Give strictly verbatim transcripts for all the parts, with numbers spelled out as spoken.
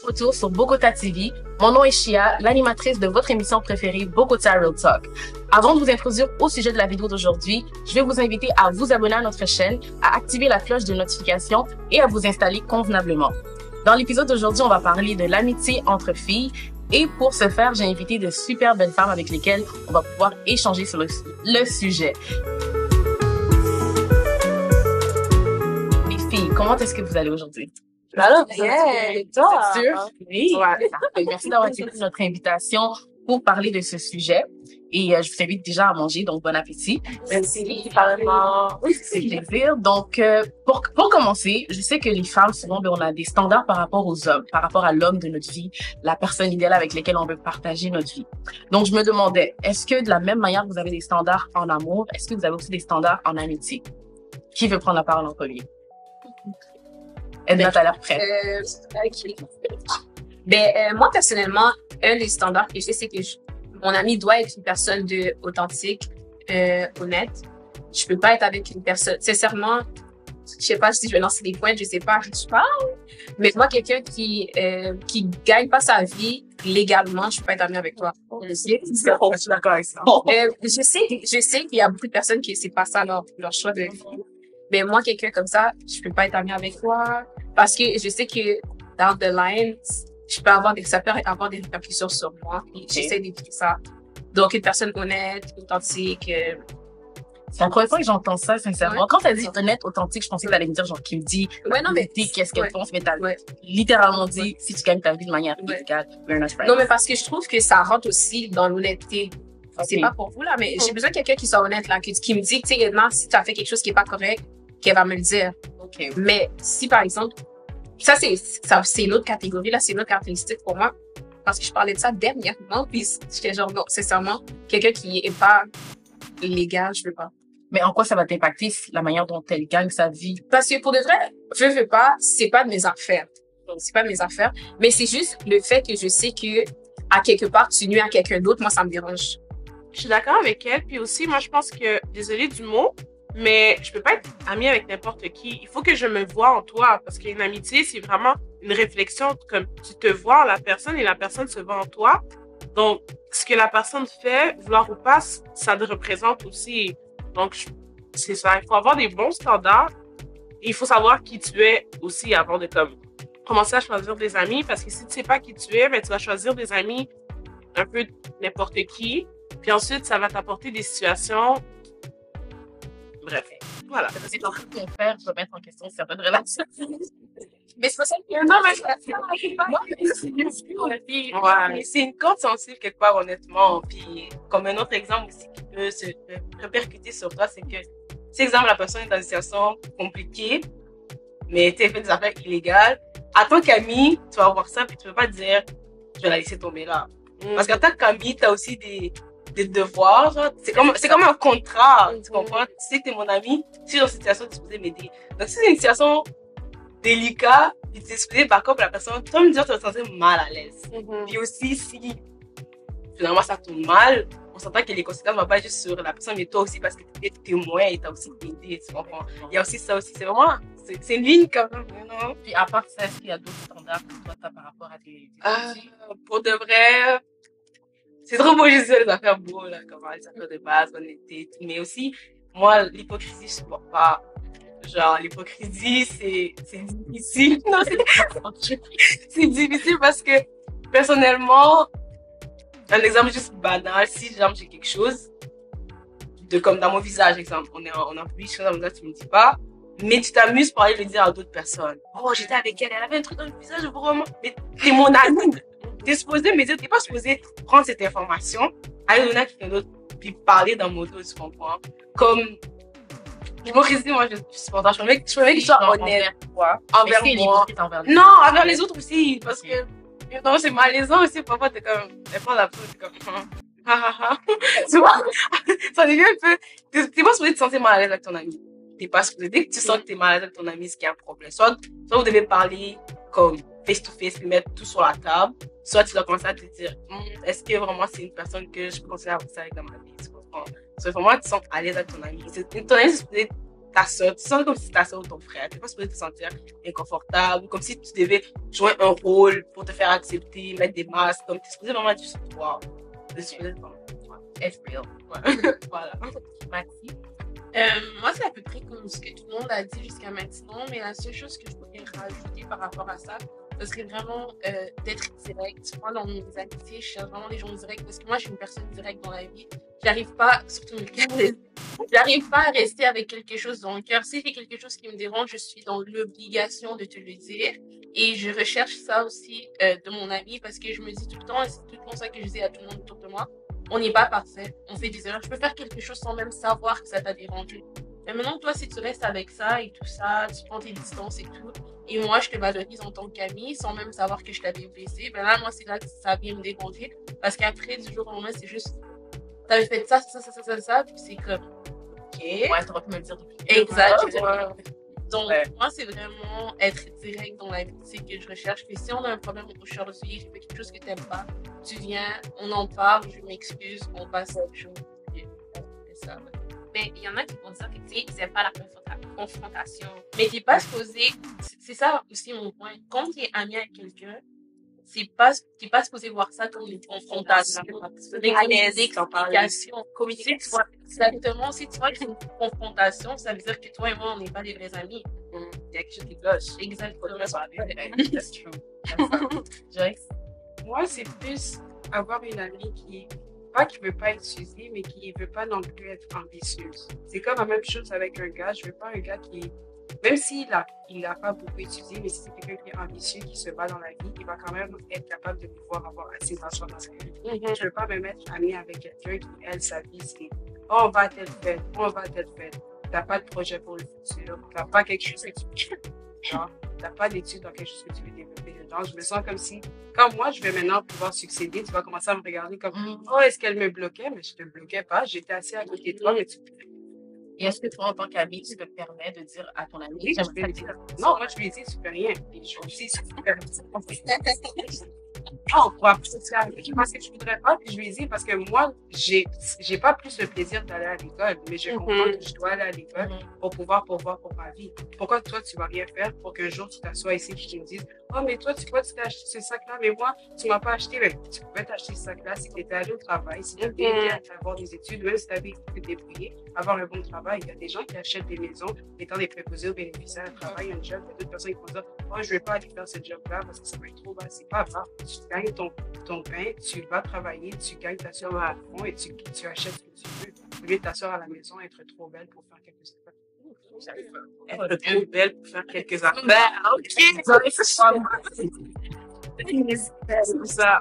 Retour sur Bogota T V. Mon nom est Shia, l'animatrice de votre émission préférée Bogota Real Talk. Avant de vous introduire au sujet de la vidéo d'aujourd'hui, je vais vous inviter à vous abonner à notre chaîne, à activer la cloche de notification et à vous installer convenablement. Dans l'épisode d'aujourd'hui, on va parler de l'amitié entre filles et pour ce faire, j'ai invité de super belles femmes avec lesquelles on va pouvoir échanger sur le, le sujet. Les filles, comment est-ce que vous allez aujourd'hui? Alors, bien, et toi? Sûr? Oui. Ouais. Merci d'avoir accepté notre invitation pour parler de ce sujet. Et euh, je vous invite déjà à manger, donc bon appétit. Merci, apparemment. Oui, c'est plaisir. Donc, euh, pour, pour commencer, je sais que les femmes, souvent, ben, on a des standards par rapport aux hommes, par rapport à l'homme de notre vie, la personne idéale avec laquelle on veut partager notre vie. Donc, je me demandais, est-ce que de la même manière que vous avez des standards en amour, est-ce que vous avez aussi des standards en amitié? Qui veut prendre la parole en premier? Edna, t'as l'air prête. Euh, ok. Ben, euh, moi, personnellement, un des standards que j'ai, c'est que je, mon ami doit être une personne de authentique, euh, honnête. Je peux pas être avec une personne, sincèrement, je sais pas si je vais lancer des points, je sais pas à qui tu parles, mais moi, quelqu'un qui, euh, qui gagne pas sa vie légalement, je peux pas être ami avec toi. Je sais, Je suis d'accord avec ça. euh, je sais, je sais qu'il y a beaucoup de personnes qui c'est pas ça leur, leur choix de vie. Mais moi, quelqu'un comme ça, je peux pas être amie avec toi parce que je sais que down the line, je peux avoir des, ça peut avoir des répercussions sur moi. Et Okay. j'essaie d'éviter ça. Donc, une personne honnête, authentique. Euh... C'est la première fois que j'entends ça, sincèrement. Ouais. Quand t'as dit honnête, authentique, je pensais que t'allais me dire, genre, qui me dit, Ouais, non, mais. dit qu'est-ce qu'elle ouais. pense, mais t'as Ouais. littéralement dit, si tu gagnes ta vie de manière Ouais. illégale, we're not friends. Non, mais parce que je trouve que ça rentre aussi dans l'honnêteté. C'est Okay. pas pour vous, là, mais j'ai besoin de quelqu'un qui soit honnête, là, qui, qui me dit, tu sais, Edna, si tu as fait quelque chose qui est pas correct, qu'elle va me le dire. OK. Mais si, par exemple, ça, c'est, ça, c'est une autre catégorie, là, c'est une autre caractéristique pour moi. Parce que je parlais de ça dernièrement, puis j'étais genre, non, sincèrement, quelqu'un qui est pas légal, je veux pas. Mais en quoi ça va t'impacter la manière dont elle gagne sa vie? Parce que pour de vrai, je veux pas, c'est pas de mes affaires. Donc, c'est pas de mes affaires. Mais c'est juste le fait que je sais que, à quelque part, tu nuis à quelqu'un d'autre, moi, ça me dérange. Je suis d'accord avec elle. Puis aussi, moi, je pense que, désolée du mot, mais je peux pas être amie avec n'importe qui. Il faut que je me vois en toi. Parce qu'une amitié, c'est vraiment une réflexion. Comme tu te vois en la personne et la personne se voit en toi. Donc, ce que la personne fait, vouloir ou pas, ça te représente aussi. Donc, je- c'est ça. Il faut avoir des bons standards. Et il faut savoir qui tu es aussi avant de comme commencer à choisir des amis. Parce que si tu sais pas qui tu es, ben, tu vas choisir des amis un peu n'importe qui. Puis ensuite, ça va t'apporter des situations. Bref, voilà. C'est en train de mon père remettre en question certaines relations. Mais c'est pas ça que Non, mais Ouais, mais c'est une corde sensible quelque part, honnêtement. Puis, comme un autre exemple aussi qui peut se répercuter sur toi, c'est que, si exemple, la personne est dans une situation compliquée, mais tu as fait des affaires illégales, en tant qu'ami, tu vas voir ça, puis tu peux pas te dire, je vais la laisser tomber là. Parce qu'en tant qu'ami, tu as aussi des, des devoirs, genre, c'est comme, c'est comme un contrat, tu comprends? Tu sais que t'es mon ami, si dans cette situation, tu peux m'aider. Donc, si c'est une situation délicate, puis tu es supposé back up la personne, toi me dire, tu vas te sentir mal à l'aise. Puis aussi, si finalement ça tourne mal, on s'entend que les conséquences ne vont pas juste sur la personne, mais toi aussi, parce que tu es témoin et tu as aussi aidé, tu comprends? Il y a aussi ça aussi. C'est vraiment, c'est, c'est une ligne quand même, you know? Puis à part ça, est-ce qu'il y a d'autres standards que toi, t'as par rapport à tes... tes Ah, amis? pour de vrai, c'est trop beau juste les affaires beaux, là, comme les affaires de base, honnêteté, tout. Mais aussi, moi, l'hypocrisie, je supporte pas. Genre, l'hypocrisie, c'est, c'est difficile. Non, c'est, c'est difficile parce que, personnellement, un exemple juste banal, si, exemple, j'ai quelque chose, de, comme dans mon visage, exemple, on est en, on est en public, je suis dans mon visage, tu me dis pas, mais tu t'amuses pour aller le dire à d'autres personnes. Oh, j'étais avec elle, elle avait un truc dans le visage, vraiment. Mais t'es mon ami. T'es supposé me dire, t'es pas supposé prendre cette information, aller donner à quelqu'un d'autre, puis parler dans mon dos, tu comprends? Comme, l'hypocrisie, moi, je suis supporte. Je préfère je préfère qu'il soit Genre, honnête envers toi. envers Est-ce qu'il est moi. hypocrite envers les Non, autres? envers les autres aussi, parce que, non, c'est malaisant aussi, parfois, t'es comme, elle prend la peau, t'es comme, ah, ah, ah. Tu vois? Ça devient un peu, t'es, t'es pas supposé te sentir mal à l'aise avec ton ami. T'es pas supposé, dès que tu sens que t'es mal à l'aise avec ton ami, c'est qu'il y a un problème. Soit, soit vous devez parler comme face to face, mettre tout sur la table, soit tu dois commencer à te dire, Hum, est-ce que vraiment c'est une personne que je peux considérer avancer avec dans ma vie, tu comprends? Soit vraiment tu te sens à l'aise avec ton ami. C'est, ton ami, c'est supposé ta soeur, tu sens comme si ta soeur ou ton frère. Tu n'es pas supposé te sentir inconfortable, comme si tu devais jouer un rôle pour te faire accepter, mettre des masques, comme tu es supposé vraiment être juste toi. Tu es supposé vraiment It's real. ouais. Voilà. Maxi. Euh, moi, c'est à peu près comme ce que tout le monde a dit jusqu'à maintenant, mais la seule chose que je pourrais rajouter par rapport à ça, ce serait vraiment euh, d'être direct. Moi, dans mes amitiés, je cherche vraiment les gens directs parce que moi, je suis une personne directe dans la vie. J'arrive pas, surtout le cœur, j'arrive pas à rester avec quelque chose dans le cœur. Si j'ai quelque chose qui me dérange, je suis dans l'obligation de te le dire. Et je recherche ça aussi euh, de mon ami parce que je me dis tout le temps, et c'est tout le temps ça que je dis à tout le monde autour de moi, on n'est pas parfait, on fait des erreurs. Je peux faire quelque chose sans même savoir que ça t'a dérangé. Mais maintenant, toi, si tu restes avec ça et tout ça, tu prends tes distances et tout, et moi, je te valorise en tant qu'ami sans même savoir que je t'avais blessé, ben là, moi, c'est là que ça vient me déranger. Parce qu'après, du jour au lendemain, c'est juste, t'avais fait ça, ça, ça, ça, ça, ça, puis c'est comme, ok. Ouais, t'aurais pu me le dire depuis. Exactement. Donc, Ouais. moi, c'est vraiment être direct dans l'amitié que je recherche. Que si on a un problème aujourd'hui, je fais quelque chose que t'aimes pas, tu viens, on en parle, je m'excuse, on passe à autre chose. Et c'est ça, ouais. Mais il y en a qui vont dire que, tu sais, ils n'aiment pas la confronta- confrontation. Mais t'es pas supposé, c'est c'est ça aussi mon point. Quand tu es ami avec quelqu'un, c'est pas, t'es pas supposé voir ça comme une confrontation. C'est À une l'aise, explication. communiquer. Si tu vois, exactement, si tu vois que c'est une confrontation, ça veut dire que toi et moi, on n'est pas des vrais amis. Il y a quelque chose qui cloche. Exactement. That's true. Joyce. Moi, c'est plus avoir une amie qui, pas qui veut pas être suizie, mais qui veut pas non plus être ambitieuse. C'est comme la même chose avec un gars. Je veux pas un gars qui, même s'il a, il a pas beaucoup étudié, mais si c'est quelqu'un qui est ambitieux, qui se bat dans la vie, il va quand même être capable de pouvoir avoir assez d'argent dans sa vie. Je veux pas me mettre amie avec quelqu'un qui, elle, sa vie, c'est, oh, on va à telle fête, oh, on va à telle fête. T'as pas de projet pour le futur, t'as pas quelque chose que tu genre, t'as pas d'études dans quelque chose que tu veux développer dedans. Je me sens comme si, quand moi, je vais maintenant pouvoir succéder, tu vas commencer à me regarder comme, Mm. oh, est-ce qu'elle me bloquait? Mais je te bloquais pas. J'étais assez à côté de toi, mais tu Et est-ce que toi, en tant qu'ami, tu te permets de dire à ton ami, Oui, je j'aimerais vais ça dire. dire Non, moi, je lui ai dit, tu peux rien. Puis je lui ai dit, tu peux rien. Non, pour apprécier parce que je voudrais pas, puis je lui ai dit, parce que moi, j'ai, j'ai pas plus le plaisir d'aller à l'école, mais je comprends Mhm. que je dois aller à l'école Mhm. pour pouvoir pourvoir pour ma vie. Pourquoi toi, tu vas rien faire pour qu'un jour, tu t'assoies ici et que tu me dises, oh, mais toi, tu vois, tu t'es acheté ce sac-là, mais moi, tu m'as pas acheté. Mais tu pouvais t'acheter ce sac-là si tu étais allé au travail, si tu avais Mhm. été à avoir des études, même si tu avais été débrouillé, avoir un bon travail. Il y a des gens qui achètent des maisons étant des préposés aux bénéficiaires, un travail, un job. Il y a d'autres personnes qui vont dire, oh, je vais pas aller faire ce job-là parce que ça va être trop bas. C'est pas grave. Tu gagnes ton, ton pain, tu vas travailler, tu gagnes ta soeur à fond et tu, tu achètes ce que tu veux. Au lieu de ta soeur à la maison être trop belle pour faire quelque chose. Être trop belle pour faire quelques affaires. Ben, ok. C'est ça.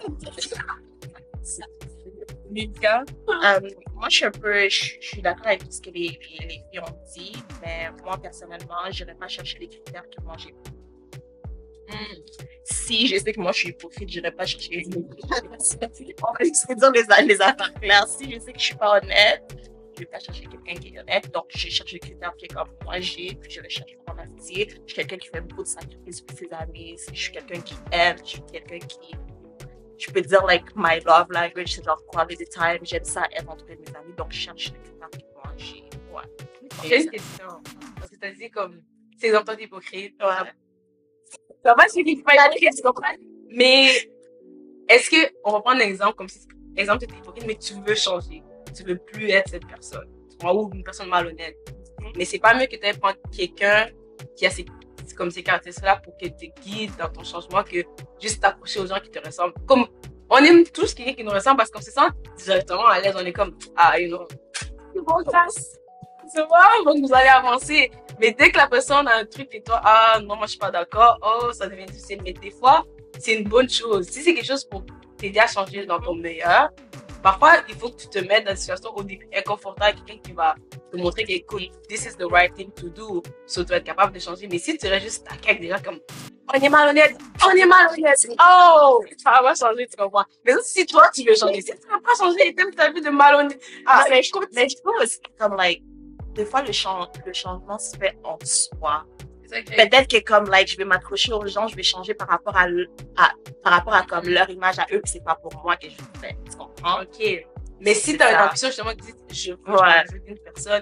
Lucas. Euh, moi, je suis un peu, je, je suis d'accord avec tout ce que les, les, les filles ont dit, mais moi, personnellement, je n'irai pas chercher les critères que moi j'ai. Hmm. Si je sais que moi, je suis hypocrite, je n'irai pas chercher les critères. On va essayer de dire les, les affaires claires. Si je sais que je suis pas honnête, je ne vais pas chercher quelqu'un qui est honnête. Donc, je cherche les critères qui est comme moi j'ai, puis je les cherche pour mon amitié. Je suis quelqu'un qui fait beaucoup de sacrifices pour ses amis. Je suis quelqu'un qui aime, je suis quelqu'un qui, je peux dire, like, my love language, c'est genre quality time. J'aime ça être entre mes amis, donc je cherche les critères qui moi j'ai. Ouais. J'ai une question. Parce que t'as dit comme, c'est en tant qu'hypocrite. Ouais. Ça va, c'est qu'il faut pas être tu comprends? Mais, est-ce que, on va prendre un exemple comme si, exemple, tu es hypocrite, mais tu veux changer. Tu veux plus être cette personne. Tu vois, ou une personne malhonnête. Mais c'est pas mieux que tu aies prendre quelqu'un qui a ces, comme ces caractéristiques-là pour que te guide dans ton changement que juste t'approcher aux gens qui te ressemblent. Comme, on aime tous quelqu'un qui nous ressemble parce qu'on se sent directement à l'aise. On est comme, ah, you know, c'est bon, classe. C'est bon, donc vous allez avancer. Mais dès que la personne a un truc et toi, ah, non, moi, je suis pas d'accord. Oh, ça devient difficile. Mais des fois, c'est une bonne chose. Si c'est quelque chose pour t'aider à changer dans ton meilleur, parfois, il faut que tu te mettes dans une situation au début inconfortable avec quelqu'un qui va te montrer que, écoute, this is the right thing to do. So, tu vas être capable de changer. Mais si tu restes juste taqué avec des gens comme, on est malhonnête, on est malhonnête, oh, ça va changer, tu comprends. Mais si toi, tu veux changer, si tu veux pas changer et t'aimes ta vie de malhonnête, Ah, mais je trouve, mais je trouve aussi comme, like, des fois, le, change, le changement se fait en soi. Peut-être que comme, like, je vais m'accrocher aux gens, je vais changer par rapport à, à par rapport à comme leur image à eux, puis c'est pas pour moi que je le fais. Tu comprends? ok. Mais si C'est t'as une ça. ambition, justement, tu dis, je veux Ouais. changer une personne,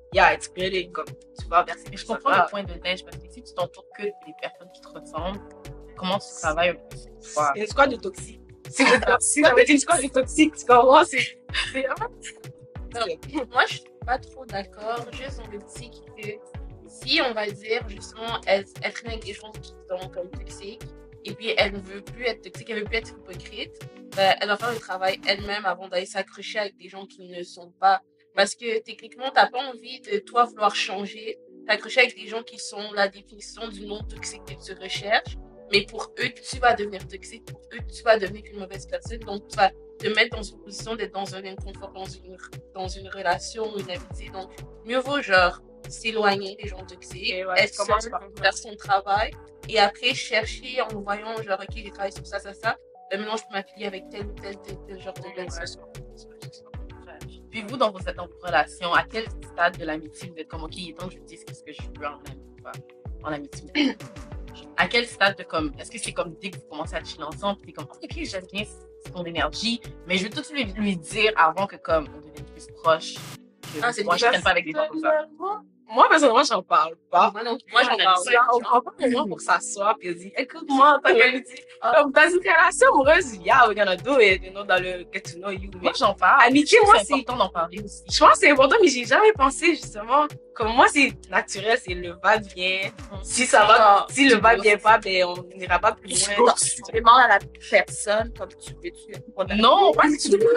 yeah, it's good, comme, tu vas verser. Mais je comprends le point de neige parce que si tu t'entoures que des personnes qui te ressemblent, comment tu travailles un peu sur toi? C'est une squad de toxiques. C'est une toxique, avec une squad de toxiques, tu comprends? C'est, c'est, Moi, je suis pas trop d'accord, juste dans l'optique que si on va dire justement, elle, elle traîne avec des gens qui sont comme toxiques, et puis elle ne veut plus être toxique, elle veut plus être hypocrite, ben, elle va faire le travail elle-même avant d'aller s'accrocher avec des gens qui ne le sont pas. Parce que techniquement, t'as pas envie de toi vouloir changer, t'accrocher avec des gens qui sont la définition du non toxique que tu recherches, mais pour eux, tu vas devenir toxique, pour eux, tu vas devenir une mauvaise personne, donc tu vas te mettre dans une position d'être dans un inconfort, dans une, dans une relation, une amitié. Donc, mieux vaut, genre, s'éloigner des gens toxiques, Et ouais, être tu commences seul, par faire son travail, et après chercher en voyant, genre, ok, j'ai travaillé sur ça, ça, ça, ben maintenant, je peux m'affilier avec tel ou tel, tel, tel genre de personne. Puis vous, dans vos, dans vos relations, à quel stade de l'amitié vous êtes comme, OK, il est temps que je dise qu'est-ce que je veux en, ami- en amitié? À quel stade de comme, est-ce que c'est comme dès que vous commencez à chiller ensemble, puis t'es comme, OK, j'aime bien ton énergie, mais je veux tout de suite lui, lui dire avant que comme on devienne plus proche. Que Ah, c'est moi, je déjà traîne pas avec des gens comme ça. moi, personnellement, j'en parle pas. Moi, non, moi, j'en Genre, parle. on prend pas le moment pour s'asseoir puis dire, écoute-moi, en tant qu'amitié. Comme dans une relation amoureuse, yeah, we're gonna do it, you know, dans le get to know you. Mais Moi, j'en parle. amitié, Je trouve moi, c'est c'est, important d'en parler aussi. je pense que c'est important, mais j'ai jamais pensé, justement, comme moi, c'est naturel, c'est le va-vient. Si ça va, Genre, si le va-vient pas, ben, on n'ira pas plus Tu loin. tu demandes à la personne comme tu veux-tu. Non, pas du tout.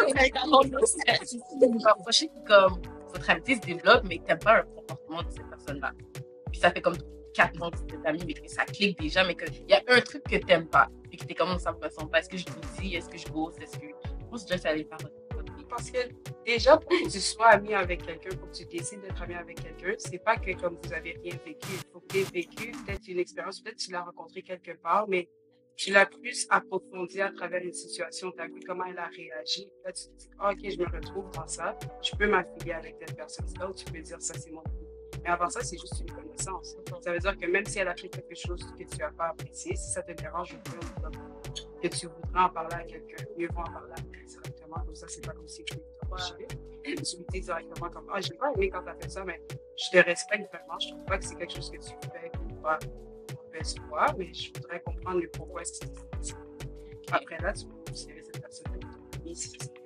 Vous vous rapprochez que comme votre amitié se développe, mais que t'aimes pas un comportement de cette personne-là. Puis ça fait comme quatre ans que vous êtes amis, mais que ça clique déjà, mais qu'il y a un truc que t'aimes pas. Puis que t'es comme, ça me ressemble pas. Est-ce que je vous dis? Est-ce que je bosse? Est-ce que. Je pense que ça allait faire votre côté. Parce que déjà, pour que tu sois ami avec quelqu'un, pour que tu décides d'être ami avec quelqu'un, c'est pas que comme vous avez rien vécu. Il faut que tu aies vécu peut-être une expérience, peut-être tu l'as rencontré quelque part, mais tu l'as plus approfondi à travers une situation. Tu as vu comment elle a réagi. Là, tu te dis, ah, OK, je me retrouve dans ça. Je peux m'affilier avec telle personne. C'est là où tu peux dire, ça, c'est mon truc. Mais avant ça, c'est juste une connaissance. Ça veut dire que même si elle a fait quelque chose que tu n'as pas apprécié, si ça te dérange un peu, que tu voudrais en parler à quelqu'un, mieux vaut en parler à quelqu'un directement. Comme ça, c'est pas comme si tu t'empêchais. Tu me dis directement comme, ah, j'ai pas aimé quand tu as fait ça, mais je te respecte vraiment. Je trouve pas que c'est quelque chose que tu fais ou pas mauvaise foi, mais je voudrais comprendre le pourquoi c'est ça. Après là, tu peux considérer cette personne comme ton ami si c'est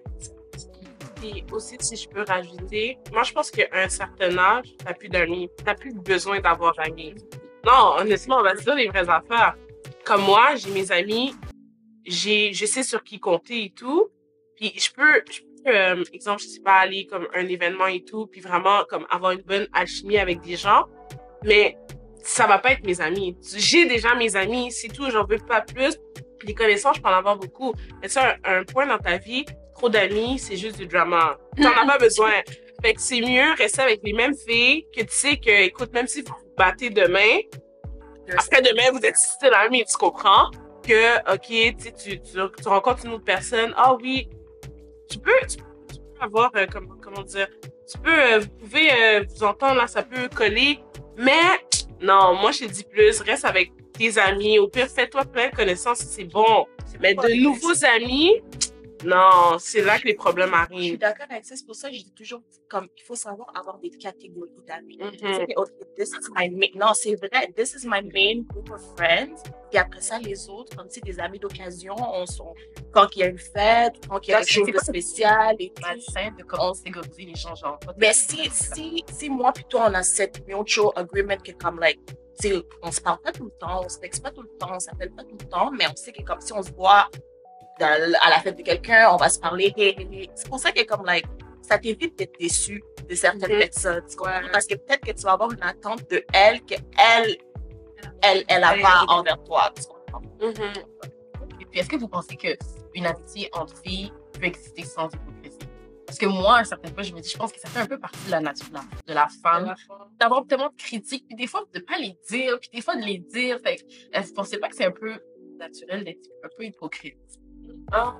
Puis aussi, si je peux rajouter, moi, je pense qu'à un certain âge, t'as plus d'amis. T'as plus besoin d'avoir d'amis. Non, honnêtement, on va se dire les vraies affaires. Comme moi, j'ai mes amis, j'ai, je sais sur qui compter et tout. Puis je peux, je peux euh, exemple, je sais pas, aller comme un événement et tout, puis vraiment comme avoir une bonne alchimie avec des gens. Mais ça va pas être mes amis. J'ai déjà mes amis, c'est tout, j'en veux pas plus. Puis les connaissances, je peux en avoir beaucoup. Mais ça, un, un point dans ta vie, trop d'amis, c'est juste du drama. T'en as pas besoin. Fait que c'est mieux rester avec les mêmes filles que tu sais que, écoute, même si vous vous battez demain, après demain, vous êtes still amis, tu comprends? Que, ok, tu sais, tu, tu, tu rencontres une autre personne. Ah oui, tu peux, tu, tu peux avoir, euh, comment, comment dire, tu peux, euh, vous pouvez euh, vous entendre, là, ça peut coller. Mais, non, moi, je te dis plus, reste avec tes amis. Au pire, fais-toi plein de connaissances, c'est bon. Mais de nouveaux amis, non, c'est là que les problèmes Je suis arrivent. d'accord avec ça. C'est pour ça que je dis toujours, comme, il faut savoir avoir des catégories d'amis. Mhm. Tu sais, ok, this is my main, non, c'est vrai, this is my main group of friends. Puis après ça, les autres, comme, tu sais, des amis d'occasion, on sont, quand il y a une fête, quand il y a quelque chose de spécial et tout. Malsain de commencer à gommer les gens, genre. Mais si, si, si moi, plutôt, on a cette mutual agreement que comme, like, tu sais, on se parle pas tout le temps, on se texte pas tout le temps, on s'appelle pas tout le temps, mais on sait que comme si on se voit dans, à la fête de quelqu'un, on va se parler. Hey, hey, hey. C'est pour ça que comme, like, ça t'évite d'être déçu de certaines Mhm. personnes. Tu comprends? Parce que peut-être que tu vas avoir une attente de elle que elle, elle, elle a pas envers toi. Tu comprends? Mhm. Et puis, est-ce que vous pensez qu'une amitié entre filles peut exister sans hypocrisie? Parce que moi, à un certain point, je me dis, je pense que ça fait un peu partie de la nature de la, de la femme, d'avoir tellement de critiques, puis des fois, de pas les dire, puis des fois, de les dire. Fait que, est-ce que vous pensez pas que c'est un peu naturel d'être un peu hypocrite? Ah.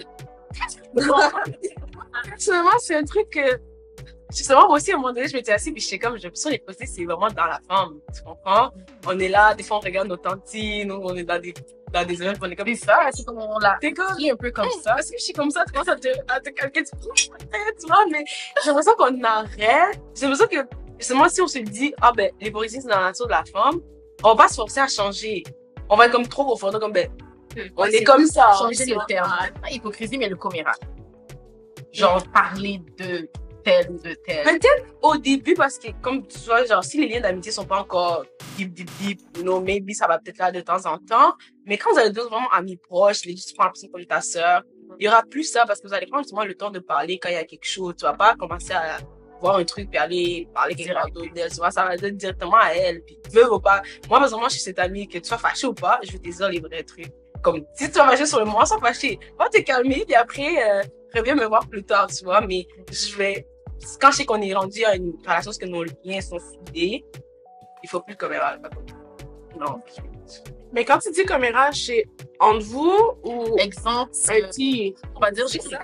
Personnellement, c'est un truc que, justement, moi aussi, à un moment donné, je m'étais assise, puis j'étais comme, j'ai l'impression que les poster, c'est vraiment dans la femme, tu comprends? On est là, des fois, on regarde nos tantines, nous, on est dans des, dans des événements, on est comme, C'est ça, c'est comme on l'a t'es comme, dit un peu comme Hey, ça. parce que je suis comme ça, tu commences à te, à te calquer, tu prends, tu vois, mais j'ai l'impression qu'on arrête. J'ai l'impression que justement, si on se dit, ah ben, l'hypocrisie, c'est dans la nature de la femme, on va pas se forcer à changer. On va être comme trop profondément comme, ben, on Ouais, est c'est comme plus ça. Changer le terme. Pas hypocrisie, mais le commérage. Genre, parler de tel ou de tel. Peut-être au début, parce que comme tu vois, genre, si les liens d'amitié sont pas encore deep, deep, deep, you know, maybe ça va peut-être là de temps en temps. Mais quand vous allez devenir vraiment amis proches, les tu prends la personne comme ta sœur, il y aura plus ça parce que vous allez prendre justement le temps de parler quand il y a quelque chose. Tu vas pas commencer à voir un truc puis aller parler quelque part d'autre d'elle. Tu vois, ça va être directement à elle. Puis, veux ou pas. Moi, par exemple, je suis cette amie, que tu sois fâché ou pas, je vais te dire les vrais trucs. Comme, si tu vas fâcher sur le moment, sans fâcher, va te calmer, puis après, euh, reviens me voir plus tard, tu vois. Mais je vais, quand je sais qu'on est rendu à une relation, que nos liens sont soudés, il faut plus le commérage. Non. Mais quand tu dis commérage, c'est entre vous ou Exemple, un euh, petit? on va dire, j'ai Mais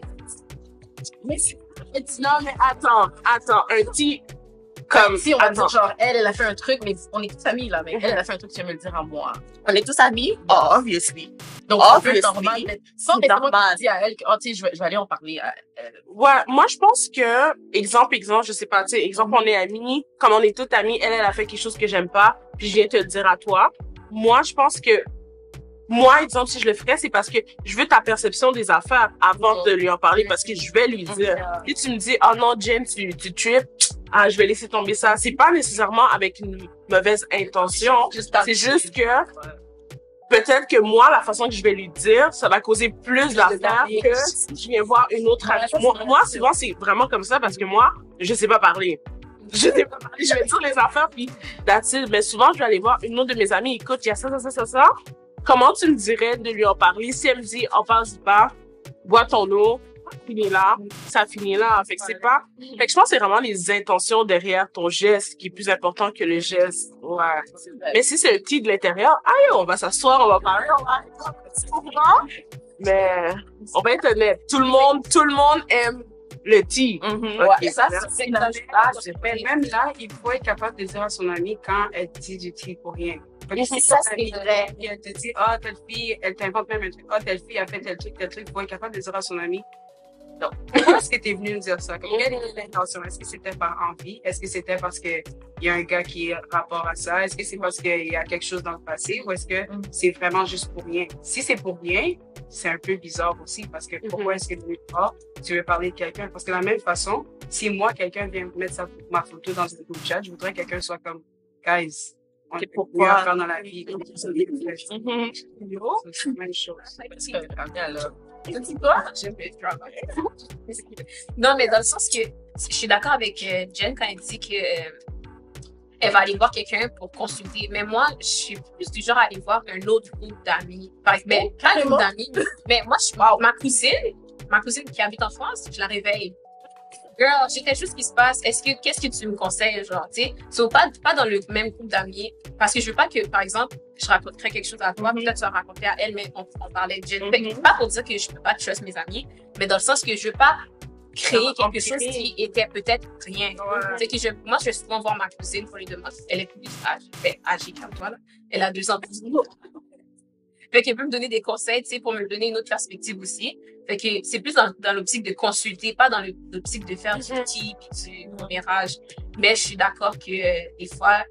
c'est- non, mais attends, attends, un petit comme. si on va attends. dire genre elle, elle a fait un truc, mais on est tous amis là, mais elle, elle a fait un truc, tu vas me le dire à moi. On est tous amis? Oh, obviously. Donc Oh, c'est un peu obviously. normal, mais sans C'est nécessairement normal. dire à elle que oh tu sais, je vais, je vais aller en parler à elle. Ouais, moi je pense que, exemple, exemple, je sais pas, tu sais, exemple, on est amis, comme on est toutes amies, elle, elle a fait quelque chose que j'aime pas, puis je viens te le dire à toi. Moi, je pense que, moi, exemple, si je le ferais, c'est parce que je veux ta perception des affaires avant de lui en parler, parce que je vais lui dire. Si tu me dis, oh non, Jen, tu, tu tripes, ah, je vais laisser tomber ça. C'est pas nécessairement avec une mauvaise intention. C'est juste que, peut-être que moi, la façon que je vais lui dire, ça va causer plus d'affaires que si je viens voir une autre amie. Moi, moi, souvent, c'est vraiment comme ça parce que moi, je sais pas parler. Je sais pas parler. Je vais dire les affaires puis that's it. Mais souvent, je vais aller voir une autre de mes amies. Écoute, il y a ça, ça, ça, ça, ça. Comment tu me dirais de lui en parler? Si elle me dit, on passe pas, bois ton eau, finit là, ça finit là. Fait que c'est pas, fait que je pense que c'est vraiment les intentions derrière ton geste qui est plus important que le geste. Ouais. Mais si c'est le petit de l'intérieur, aïe, on va s'asseoir, on va parler, on va, tu comprends? Mais, on va être honnête. Tout le monde, tout le monde aime le tea. Mm-hmm. Ok. Ça, c'est dans mais même là, il faut être capable de dire à son ami quand elle dit du tea pour rien. Fait que Et si c'est ça, ton c'est amie, vrai. puis elle te dit, ah, telle fille, elle t'invente même un truc, ah, telle fille a fait tel truc, tel truc, il faut être capable de dire à son ami, non. Pourquoi est-ce que t'es venu me dire ça? Comme, quelle est l'intention? Est-ce que c'était par envie? Est-ce que c'était parce que il y a un gars qui est rapport à ça? Est-ce que c'est parce qu'il y a quelque chose dans le passé? Ou est-ce que c'est vraiment juste pour rien? Si c'est pour rien, c'est un peu bizarre aussi parce que pourquoi est-ce que tu oh, tu veux parler de quelqu'un? Parce que de la même façon, si moi, quelqu'un vient mettre sa, ma photo dans un groupe chat, je voudrais que quelqu'un soit comme, guys, on est pourquoi à faire dans la vie? Mhm. C'est la même chose. Non, mais dans le sens que je suis d'accord avec euh, Jen quand elle dit que euh, elle va aller voir quelqu'un pour consulter. Mais moi, je suis plus du genre à aller voir un autre groupe d'amis. Par exemple, ben, pas un groupe d'amis, mais moi, je suis ma cousine, ma cousine qui habite en France, je la réveille. Girl, j'ai quelque chose qui se passe. Est-ce que, qu'est-ce que tu me conseilles, genre, tu sais? So, pas, pas dans le même groupe d'amis. Parce que je veux pas que, par exemple, je raconterais quelque chose à toi, puis là, tu vas raconter à elle, mais on, on parlait de Jen. Fait que, pas pour dire que je peux pas trust mes amis, mais dans le sens que je veux pas créer quelque chose qui était peut-être rien. C'est que je, moi, je vais souvent voir ma cousine pour lui demander. Elle est plus âgée, ben, âgée comme toi, là. Elle a deux ans plus que moi. Fait qu'elle peut me donner des conseils, tu sais, pour me donner une autre perspective aussi. Fait que c'est plus dans, dans l'optique de consulter, pas dans le- l'optique de faire du tea puis du commérage. Mais je suis d'accord que euh, des fois,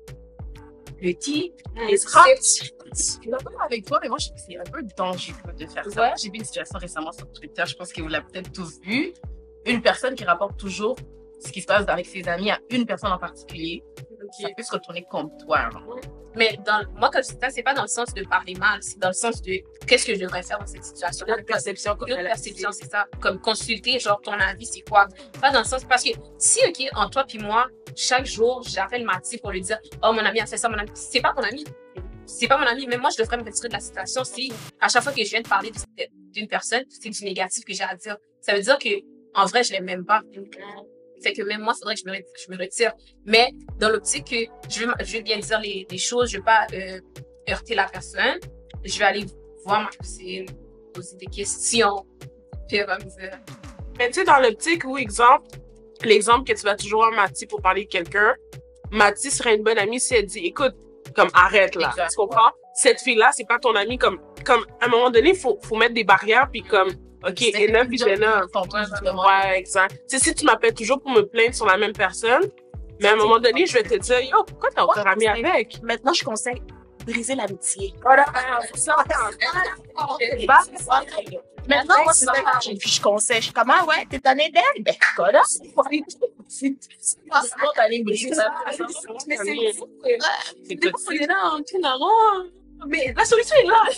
le tea, Et c'est- je suis d'accord avec toi, mais moi, je trouve que c'est un peu dangereux de faire ça. Ouais. J'ai vu une situation récemment sur Twitter, je pense que vous l'avez peut-être tous vu. Une personne qui rapporte toujours ce qui se passe avec ses amis à une personne en particulier. Ça peut se retourner contre toi. genre. Mais dans, moi, quand je dis ça, c'est pas dans le sens de parler mal, c'est dans le sens de qu'est-ce que je devrais faire dans cette situation. Notre perception, comme Notre elle a perception, c'est ça. Comme consulter, genre, ton avis, c'est quoi? Pas dans le sens, parce que si, OK, en toi puis moi, chaque jour, j'appelle Mathie pour lui dire, oh, mon ami a fait ça, mon ami, c'est pas mon ami. C'est pas mon ami, mais moi, je devrais me retirer de la situation si, à chaque fois que je viens de parler de- d'une personne, c'est du négatif que j'ai à dire. Ça veut dire que, en vrai, je l'aime même pas. Fait que même moi, il faudrait que je me, re- je me retire. Mais dans l'optique que je veux, je veux bien dire les, les choses, je veux pas euh, heurter la personne, je vais aller voir ma cousine, poser des questions, puis elle va me dire. Mais tu sais, dans l'optique où, exemple, l'exemple que tu vas toujours avoir Mathie pour parler de quelqu'un, Mathie serait une bonne amie si elle dit, écoute, comme arrête là, Exact. tu comprends? Cette fille-là, c'est pas ton amie, comme, comme, à un moment donné, faut, faut mettre des barrières, puis comme, ok, C'est enough is enough. ton tour, justement. Ouais, exact. Tu sais, si tu m'appelles toujours pour me plaindre sur la même personne, Mais à un moment donné, je vais te dire, yo, pourquoi t'es encore ami avec? Maintenant, je conseille briser l'amitié. Voilà. Maintenant, moi, c'est ça que je conseille. Je suis comme, ah ouais, t'es tanné d'elle? Ben, voilà. C'est pas ça. D'aller briser ça. Mais c'est fou. C'est Des tout. fois, on est là, on tourne en rond. Mais la solution est là.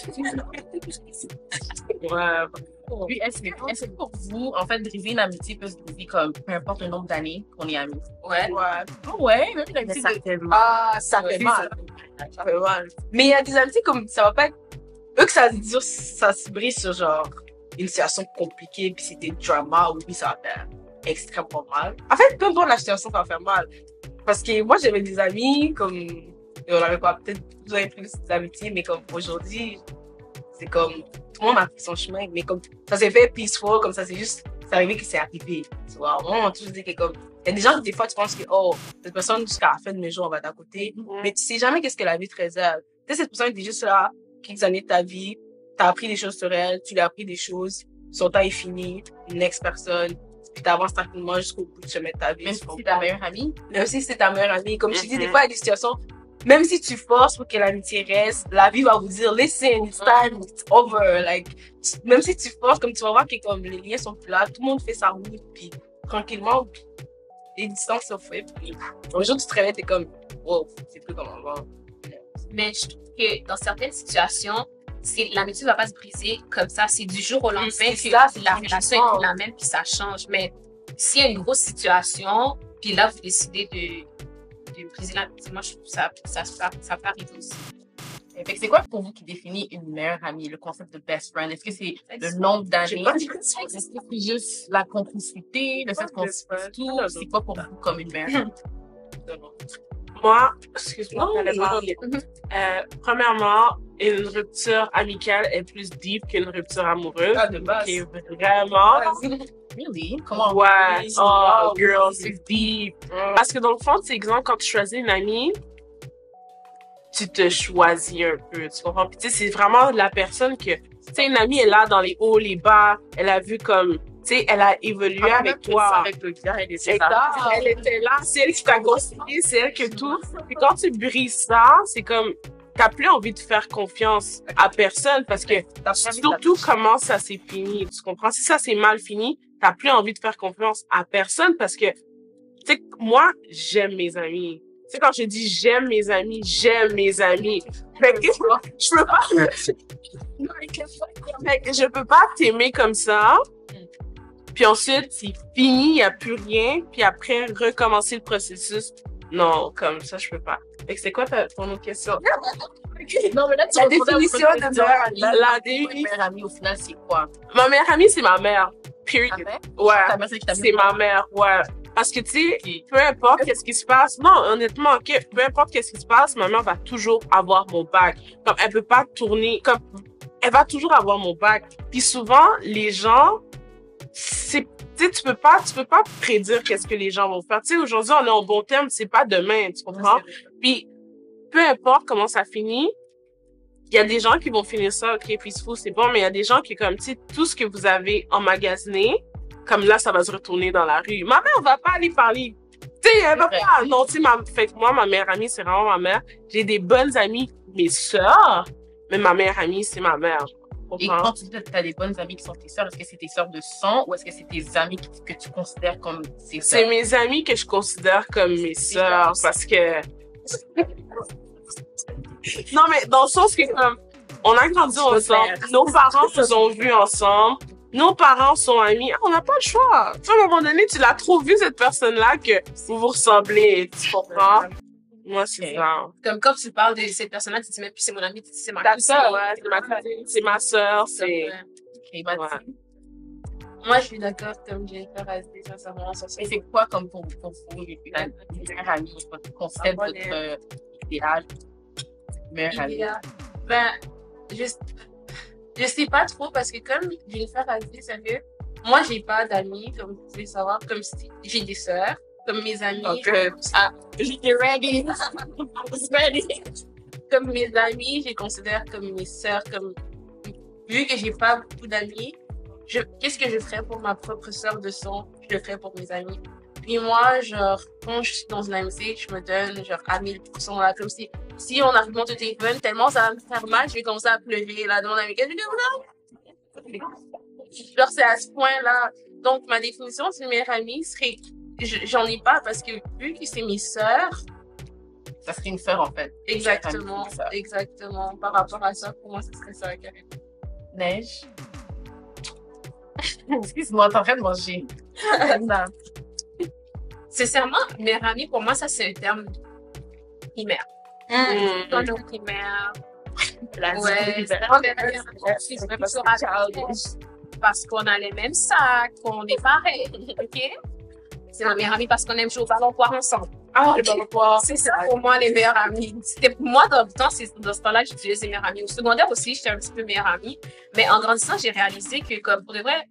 Ouais. Puis, est-ce que, est-ce que pour vous, en fait, briser une amitié peut se briser comme peu importe le nombre d'années qu'on est amis? Ouais. Oh ouais, même une Mais amitié ça de... fait mal. Ah, Ça fait mal. Ça fait mal. Mais il y a des amitiés comme ça va pas être. Eux que ça se dure, ça se brise sur genre une situation compliquée, puis c'est des dramas, oui, ça va faire extrêmement mal. En fait, peu importe la situation, ça va faire mal. Parce que moi, j'avais des amis, comme. Et on avait quoi, peut-être vous avez plus d'amitié, mais comme aujourd'hui, c'est comme. Tout le monde a pris son chemin, mais comme ça s'est fait peaceful, comme ça, c'est juste. C'est arrivé que c'est arrivé. Tu vois, moi, on toujours dit que comme. Il y a des gens qui, des fois, tu penses que, oh, cette personne, jusqu'à la fin de mes jours, on va être à côté. Mais tu sais jamais qu'est-ce que la vie te réserve. Tu sais, cette personne était juste là, quelques années de ta vie, t'as appris des choses sur elle, tu lui as appris des choses, son temps est fini, next personne, puis t'avances tranquillement jusqu'au bout du chemin de ta vie. Même tu si comprends? c'est ta meilleure amie? Même si c'est ta meilleure amie. Comme je te dis, des Mhm. fois, il y a des situations, même si tu forces pour que l'amitié reste, la vie va vous dire, listen, it's time, it's over. Like, tu- même si tu forces, comme tu vas voir que comme les liens sont plus là, tout le monde fait sa route, puis tranquillement, puis les distances sont faites, puis un jour tu te réveilles, t'es comme, wow, c'est plus comme avant. Mais je trouve que dans certaines situations, c'est- l'amitié ne va pas se briser comme ça. C'est du jour au lendemain c'est que ça, c'est la du relation jour. est plus la même puis ça change. Mais s'il y a une grosse situation, puis là, vous décidez de, de briser l'amitié, moi, je trouve que ça, ça, ça, ça peut arriver aussi. Fait que c'est quoi pour vous qui définit une meilleure amie, le concept de best friend? Est-ce que c'est le nombre d'années? Est-ce que c'est juste la complicité, le fait qu'on se fasse tout? C'est quoi pour vous comme une meilleure amie? Moi, excuse-moi, Non, j'allais non. parler. Euh, premièrement, une rupture amicale est plus deep qu'une rupture amoureuse. Ah, de base. Qui est vraiment. Really? Comment? Ouais, Oui, oh, oui. girl, c'est deep. Parce que dans le fond, c'est exemple, quand tu choisis une amie, tu te choisis un peu, tu comprends? Puis tu sais, c'est vraiment la personne que, tu sais, une amie est là dans les hauts, les bas, elle a vu comme, tu sais, elle a évolué avec toi. Avec le gars et les Exact. Elle était là, c'est elle qui t'a conseillé, c'est elle que tout. Puis quand tu brises ça, c'est comme, t'as plus envie de faire confiance à personne parce que surtout comment ça s'est fini, tu comprends? Si ça s'est mal fini, t'as plus envie de faire confiance à personne parce que, tu sais, moi, j'aime mes amis. Tu sais, quand je dis j'aime mes amis, j'aime mes amis. Fait que je peux pas, fait que je peux pas t'aimer comme ça. Puis ensuite, c'est fini, il n'y a plus rien. Puis après, recommencer le processus. Non, comme ça, je peux pas. Fait que c'est quoi ta, ton autre question? Non, mais là, tu La répondais à définition votre de question. meilleure amie. La, La la définition. meilleure amie, au final, c'est quoi? Ma meilleure amie, c'est ma mère. Period. Ta mère? Ouais. Ta mère, c'est qui t'a mis C'est au ma courant? mère, ouais. Parce que, tu sais, peu importe qu'est-ce qui se passe, non, honnêtement, ok, peu importe qu'est-ce qui se passe, ma mère va toujours avoir mon bac. Comme, elle peut pas tourner, comme, elle va toujours avoir mon bac. Puis souvent, les gens, c'est, tu sais, tu peux pas, tu peux pas prédire qu'est-ce que les gens vont faire. Tu sais, aujourd'hui, on est en bon terme, c'est pas demain, tu comprends? Puis, peu importe comment ça finit, il y a des gens qui vont finir ça, ok, peaceful, c'est bon, mais il y a des gens qui, comme, tu sais, tout ce que vous avez emmagasiné, comme là, ça va se retourner dans la rue. Ma mère va pas aller parler. Tu sais, elle va C'est vrai. pas. Non, tu sais, ma, fait que moi, ma meilleure amie, c'est vraiment ma mère. J'ai des bonnes amies, mes sœurs, mais ma meilleure amie, c'est ma mère. Et Comprends? quand tu dis que tu as des bonnes amies qui sont tes sœurs, est-ce que c'est tes sœurs de sang ou est-ce que c'est tes amies que, que tu considères comme tes C'est sœurs? mes amis que je considère comme mes sœurs parce que. Non, mais dans le sens que, comme, on a grandi ensemble, nos parents se sont vus ensemble, nos parents sont amis, ah, on n'a pas le choix. Tu sais, à un moment donné, tu l'as trop vu, cette personne-là, que vous vous ressemblez, tu comprends? Moi, c'est Ok. ça. Comme quand tu parles de cette personne-là, tu te dis même plus c'est mon ami, tu dis c'est ma Ta cousine. sœur, ouais, c'est ma cousine, c'est ma sœur, c'est. Ouais. Ok, Mathilde. Ouais. Moi, je suis d'accord, comme Jennifer a dit, sincèrement, sur ça. Mais c'est quoi comme pour, pour vous une meilleure amie, votre concept, Ah, votre euh, idéal? Meilleure amie. Idéal. Ben, je, je sais pas trop parce que comme Jennifer a dit, sérieux, moi, j'ai pas d'amis, comme vous pouvez savoir, comme si j'ai des sœurs, comme mes amis. Donc, Ah, j'étais ready. I was ready. Comme mes amis, je les considère comme mes sœurs, comme, vu que j'ai pas beaucoup d'amis, je, qu'est-ce que je ferais pour ma propre sœur de sang, je le ferais pour mes amis. Puis moi, genre, quand je suis dans une amitié, je me donne, genre, à mille pour cent, là, comme si, si on argumente au téléphone, tellement ça va me faire mal, je vais commencer à pleurer, là, devant l'amie. Je vais dire, non! Genre, c'est à ce point-là. Donc, ma définition d'une meilleure amie serait, je- j'en ai pas, parce que vu que c'est mes sœurs, Ça serait une sœur, en fait. exactement, Une sœur. exactement, par rapport à ça, pour moi, ce serait ça, carrément. Neige. Excuse-moi, t'es en train de manger. Non. Sincèrement, meilleure amie, pour moi, ça, c'est un terme primaire. Mm. Dans le primaire, La ouais, vie, c'est ben, pas meilleure amie, c'est plus sur la childish, parce qu'on a les mêmes sacs, qu'on est pareil, ok? C'est ma meilleure amie parce qu'on aime jouer au ballon poire ensemble. Ah, le ballon poire. C'est ça pour moi, les meilleures amies. C'était pour moi, dans le temps, c'est dans ce temps-là que j'utilisais les meilleures amies. Au secondaire aussi, j'étais un petit peu meilleure amie. Mais en grandissant, j'ai réalisé que, comme, pour de vrai,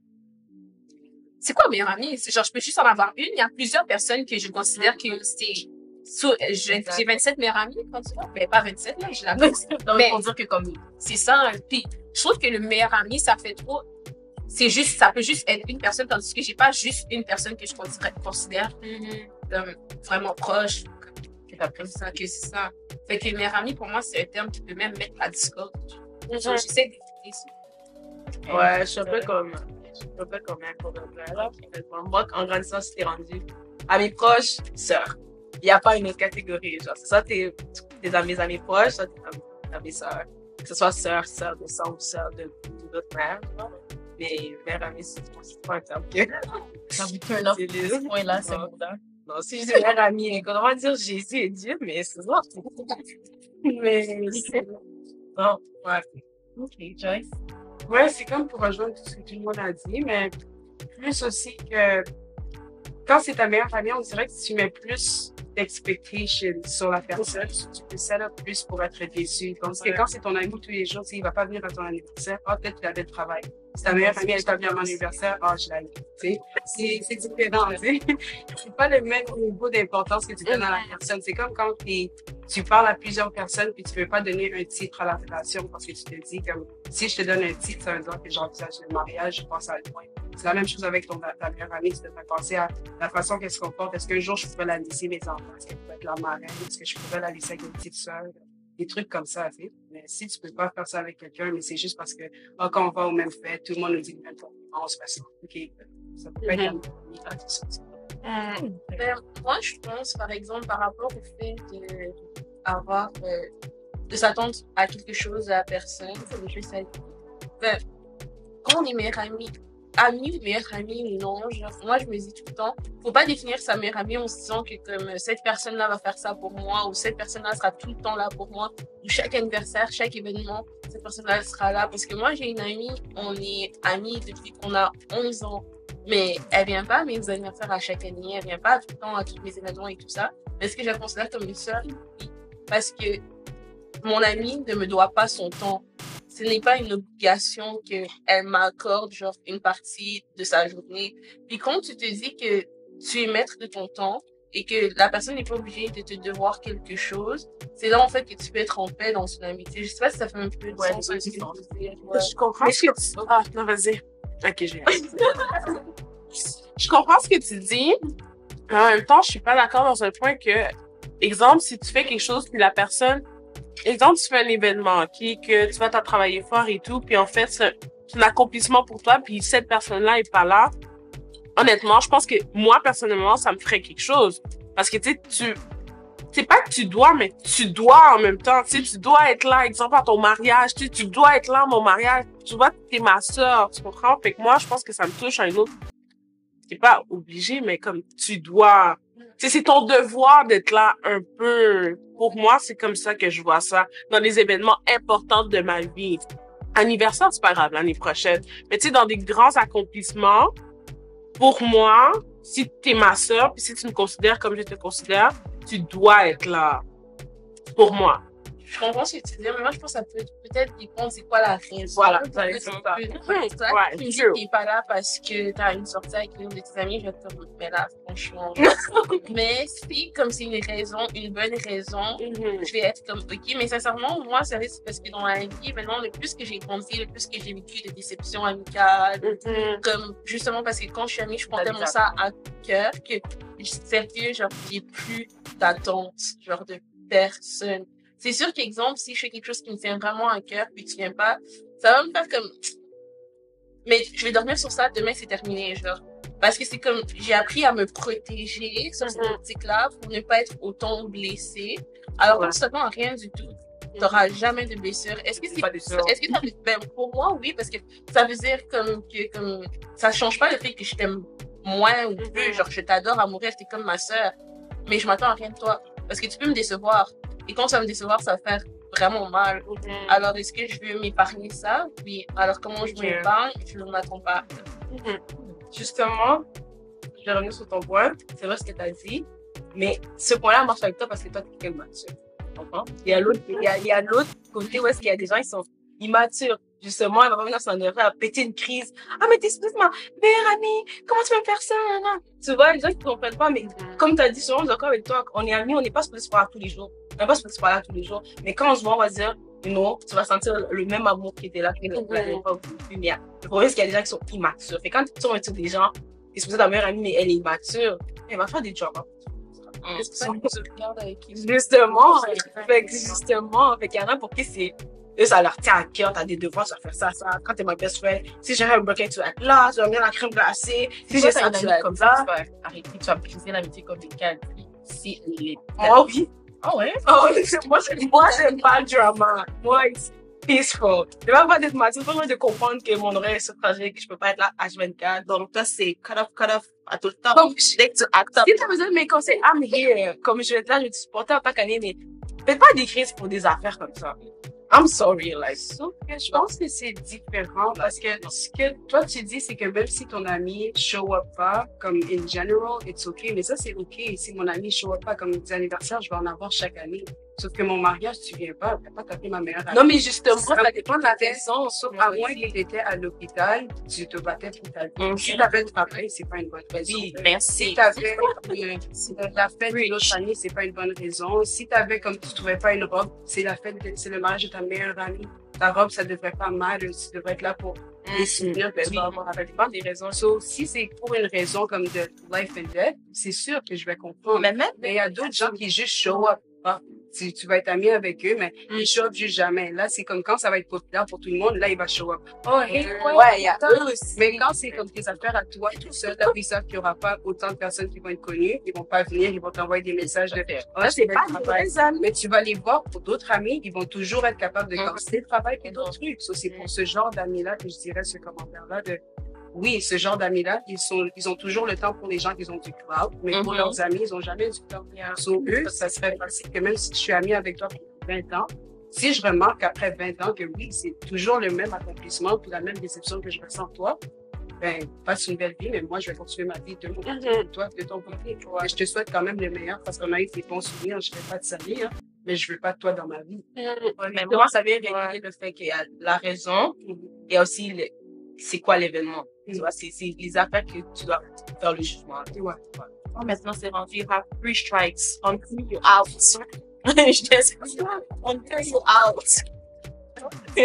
c'est quoi meilleure amie? C'est genre, je peux juste en avoir une. Il y a plusieurs personnes que je considère que c'est, sous- j'ai j'ai vingt-sept meilleures amies, quand tu vois. Mais pas vingt-sept, là, j'ai la Non, mais Mais- pour dire que comme c'est ça. Puis, je trouve que le meilleur ami, ça fait trop. C'est juste, ça peut juste être une personne, tandis que j'ai pas juste une personne que je considère, considère comme vraiment proche. que t'as Comme pris. ça, que c'est ça. Fait que meilleur ami, pour moi, c'est un terme qui peut même mettre à discorde. Mhm. J'essaie d'éviter ça. Ouais, je suis un peu comme, je suis un peu comme un pour de vrai, là. Honnêtement. Moi, en grandissant, c'était rendu amis proches, sœurs. Il n'y a pas une autre catégorie. Genre, c'est soit t'es, t'es amis, amis proches, soit t'es amis, amis sœurs. Que ce soit sœur, sœur de sang ou sœur de, de notre mère, genre. Mais mère amie, c'est c'est pas un terme que J'ai envie de turn off j'utilise. ce point-là, c'est Ouais. important. Non, si je dis mère amie, comment dire Jésus et Dieu, mais c'est ça. Mais, non, ouais. Ok, Joyce. Ouais, c'est comme pour rejoindre tout ce que tout le monde a dit, mais plus aussi que quand c'est ta meilleure amie, on dirait que tu mets plus d'expectations sur la personne. Tu peux set up plus pour être déçu. Tandis que quand c'est ton ami tous les jours, tu sais, il va pas venir à ton anniversaire. Ah, peut-être qu'il avait le travail. Si ta meilleure amie, elle est pas venue à mon anniversaire, ah, je l'aime. Tu sais, c'est, c'est différent, tu sais. C'est pas le même niveau d'importance que tu donnes à la personne. C'est comme quand t'es, tu parles à plusieurs personnes puis tu veux pas donner un titre à la relation parce que tu te dis comme, si je te donne un titre, ça veut dire que j'envisage le mariage, je pense à le point. C'est la même chose avec ton, ta meilleure amie, tu devrais penser à la façon qu'elle se comporte. Est-ce qu'un jour je pourrais la laisser mes enfants? Est-ce qu'elle pourrait être la marraine? Est-ce que je pourrais la laisser avec une petite sœur? Des trucs comme ça, tu sais. Mais si tu peux pas faire ça avec quelqu'un, mais c'est juste parce que, ah, quand on va au même fête, tout le monde nous dit le même truc. On se fait ça. OK. Ça peut pas être Mhm. la même chose. Ben, moi, je pense, par exemple, par rapport au fait de avoir, euh, de s'attendre à quelque chose à la personne, comme je sais, ben, quand on est meilleur ami, ami ou meilleur ami ou non, genre, moi, je me dis tout le temps, faut pas définir sa meilleure amie en se disant que comme euh, cette personne-là va faire ça pour moi ou cette personne-là sera tout le temps là pour moi ou chaque anniversaire, chaque événement, cette personne-là sera là. Parce que moi, j'ai une amie, on est amis depuis qu'on a onze ans. Mais elle vient pas à mes anniversaires à chaque année, elle vient pas tout le temps à tous mes événements et tout ça. Mais est-ce que je la considère comme une sœur? Oui. Parce que mon amie ne me doit pas son temps. Ce n'est pas une obligation qu'elle m'accorde, genre, une partie de sa journée. Puis quand tu te dis que tu es maître de ton temps et que la personne n'est pas obligée de te devoir quelque chose, c'est là, en fait, que tu peux être en paix dans une amitié. Je sais pas si ça fait un peu de Ouais, sens. ouais, ce que du sens. je veux dire. Ouais. Je comprends ce que tu... Ah, non, vas-y. Ok, j'ai Je comprends ce que tu dis. Mais en même temps, je suis pas d'accord dans un point que, exemple, si tu fais quelque chose puis la personne, exemple, tu fais un événement, ok, que tu vas t'en travailler fort et tout, puis en fait, c'est c'est un accomplissement pour toi, puis cette personne-là est pas là. Honnêtement, je pense que moi, personnellement, ça me ferait quelque chose. Parce que, tu sais, tu, c'est pas que tu dois, mais tu dois en même temps, tu sais, tu dois être là, exemple, à ton mariage, tu sais, tu dois être là à mon mariage, tu vois, t'es ma sœur, tu comprends? Fait que moi, je pense que ça me touche à une autre, c'est pas obligé, mais comme tu dois, tu sais, c'est ton devoir d'être là un peu. Pour moi, c'est comme ça que je vois ça, dans les événements importants de ma vie. Anniversaire, c'est pas grave, l'année prochaine. Mais tu sais, dans des grands accomplissements, pour moi, si t'es ma sœur, puis si tu me considères comme je te considère, tu dois être là. Pour moi. Je comprends ce que tu dis, mais moi, je pense que ça peut peut-être dépendre c'est quoi la raison. Voilà, Peut-être ça que c'est tu ça. peux- Mhm, toi, ouais, tu me dis true. que t'es pas là parce que t'as une sortie avec une de tes amies, je vais te dire, mais là, franchement. Mais si, comme c'est une raison, une bonne raison, Mhm. je vais être comme, ok, mais sincèrement, moi, ça risque parce que dans la vie, maintenant, le plus que j'ai grandi, le plus que j'ai vécu de déceptions amicales, Mhm. comme, justement parce que quand je suis amie, je prends T'as tellement des ça à cœur que sérieux, genre, j'ai plus d'attente, genre, de personne. C'est sûr qu'exemple, si je fais quelque chose qui me tient vraiment à cœur, puis tu viens pas, ça va me faire comme, mais je vais dormir sur ça, demain c'est terminé, genre. Parce que c'est comme, j'ai appris à me protéger sur cette Mhm. optique-là pour ne pas être autant blessée. Alors, Ouais. quand tu t'attends à rien du tout, t'auras jamais de blessure. Est-ce que c'est, Pas de est-ce peur. que ça veut, ben, pour moi, oui, parce que ça veut dire comme que, comme, ça change pas le fait que je t'aime moins ou plus, Mhm. genre, je t'adore à mourir, t'es comme ma sœur. Mais je m'attends à rien de toi. Parce que tu peux me décevoir. Et quand ça va me décevoir, ça va faire vraiment mal. Mhm. Alors, est-ce que je veux m'épargner ça? Oui. Alors, comment je Ok. m'épargne? Je ne m'attends pas. Mhm. Justement, je vais revenir sur ton point. C'est vrai ce que tu as dit. Mais ce point-là marche avec toi parce que toi, tu es quelqu'un de mature. Tu comprends? Il y a l'autre, il y a, il y a l'autre côté où est-ce qu'il y a des gens qui sont immatures. Justement, elle va revenir sur un erreur, à péter une crise. Ah, mais t'excuses ma meilleure amie. Comment tu peux me faire ça? Nan, nan. Tu vois, les gens qui ne comprennent pas, mais comme tu as dit, souvent, je suis d'accord avec toi. On est amis, on n'est pas supposé se parler tous les jours. On n'est pas supposé se parler tous les jours. Mais quand on se voit, on va se dire, non, tu vas sentir le même amour qui était là, qui était là, pas au début. Mais le problème, c'est qu'il y a des gens qui sont immatures. Fait quand tu tombes sur des gens, t'es supposé ta meilleure amie, mais elle est immature, elle va faire des jobs. Hein. C'est pour ça que tu regardes avec qui. Justement, fait que justement, fait qu'il y en a pour qui c'est, eux, ça leur tient à cœur, t'as des devoirs, tu vas faire ça, ça. Quand t'es ma best friend, si j'ai un burger, tu vas être là, tu vas venir la crème glacée. Si j'ai ça, tu vas comme être ça, là. tu vas arrêter, tu vas briser l'amitié comme des calmes. Si elle est. Moi, oui. Ah ouais? Oh, moi, j'aime, moi, j'aime pas le drama. Moi, it's peaceful. Je vais pas être mature, pas besoin de comprendre que mon oreille est sur trajet, que je peux pas être là H vingt-quatre. Donc, toi, c'est cut off, cut off à tout le temps. Donc, Dès que tu actes up. Si t'as besoin de mes conseils, I'm here. Comme je vais être là, je vais te supporter en tant qu'année, mais faites pas des crises pour des affaires comme ça. I'm sorry, like. Sauf que je pense que c'est différent parce que ce que toi tu dis, c'est que même si ton ami show up pas, comme in general, it's okay. Mais ça, c'est okay. Si mon ami show up pas comme des anniversaires, je vais en avoir chaque année. Sauf que mon mariage, tu viens pas. Tu pas t'appeler ma meilleure amie. Non, mais justement, ça ça dépend de la raison. Sauf à moins que tu étais à l'hôpital, tu te battais pour ta vie. Si t'avais le travail, c'est pas une bonne raison. Oui, Si merci. t'avais euh, si la fête d'une autre année, c'est pas une bonne raison. Si t'avais comme tu trouvais pas une robe, c'est la fête, de- c'est le mariage de ta meilleure amie. Ta robe, ça devrait pas mal. Tu devrais être là pour les souvenirs que tu vas avoir. Ça dépend des raisons. So, si c'est pour une raison comme de life and death, c'est sûr que je vais comprendre. Mais même, Mais il y a d'autres gens qui juste show up. Ah, tu, tu vas être ami avec eux, mais ils show up juste jamais. Là, c'est comme quand ça va être populaire pour tout le monde, là, il va show up. Oh, hey, ouais, ouais, il y a eux aussi. mais quand c'est comme tes affaires à toi tout seul, là, ils savent qu'il n'y aura pas autant de personnes qui vont être connues, ils vont pas venir, ils vont t'envoyer des messages de oh, Là, c'est je fais pas le des travail. vrais amis. Mais tu vas les voir pour d'autres amis, ils vont toujours être capables de Mhm. casser le travail et d'autres trucs. So, c'est pour ce genre d'amis-là que je dirais ce commentaire-là de oui, ce genre d'amis-là, ils sont, ils ont toujours le temps pour les gens qui ont du crowd, mais pour Mhm. leurs amis, ils ont jamais du temps. So, eux, ça serait facile que même si je suis amie avec toi pour vingt ans, si je remarque après vingt ans que oui, c'est toujours le même accomplissement puis la même déception que je ressens de toi, ben, passe une belle vie, mais moi, je vais continuer ma vie de mon côté, Mhm. toi, de ton côté. Et je te souhaite quand même le meilleur parce qu'on a eu des bons souvenirs, je ne vais pas te salir, hein, mais je veux pas de toi dans ma vie. Ouais, mais moi, ça vient révéler le fait qu'il y a la raison, il y a aussi le, c'est quoi l'événement. Tu vois, c'est, c'est les affaires que tu dois faire le jugement. Ouais. Oh, maintenant, c'est rendu, you have three strikes. On clear you out. Je t'excuse. On clear you out. Je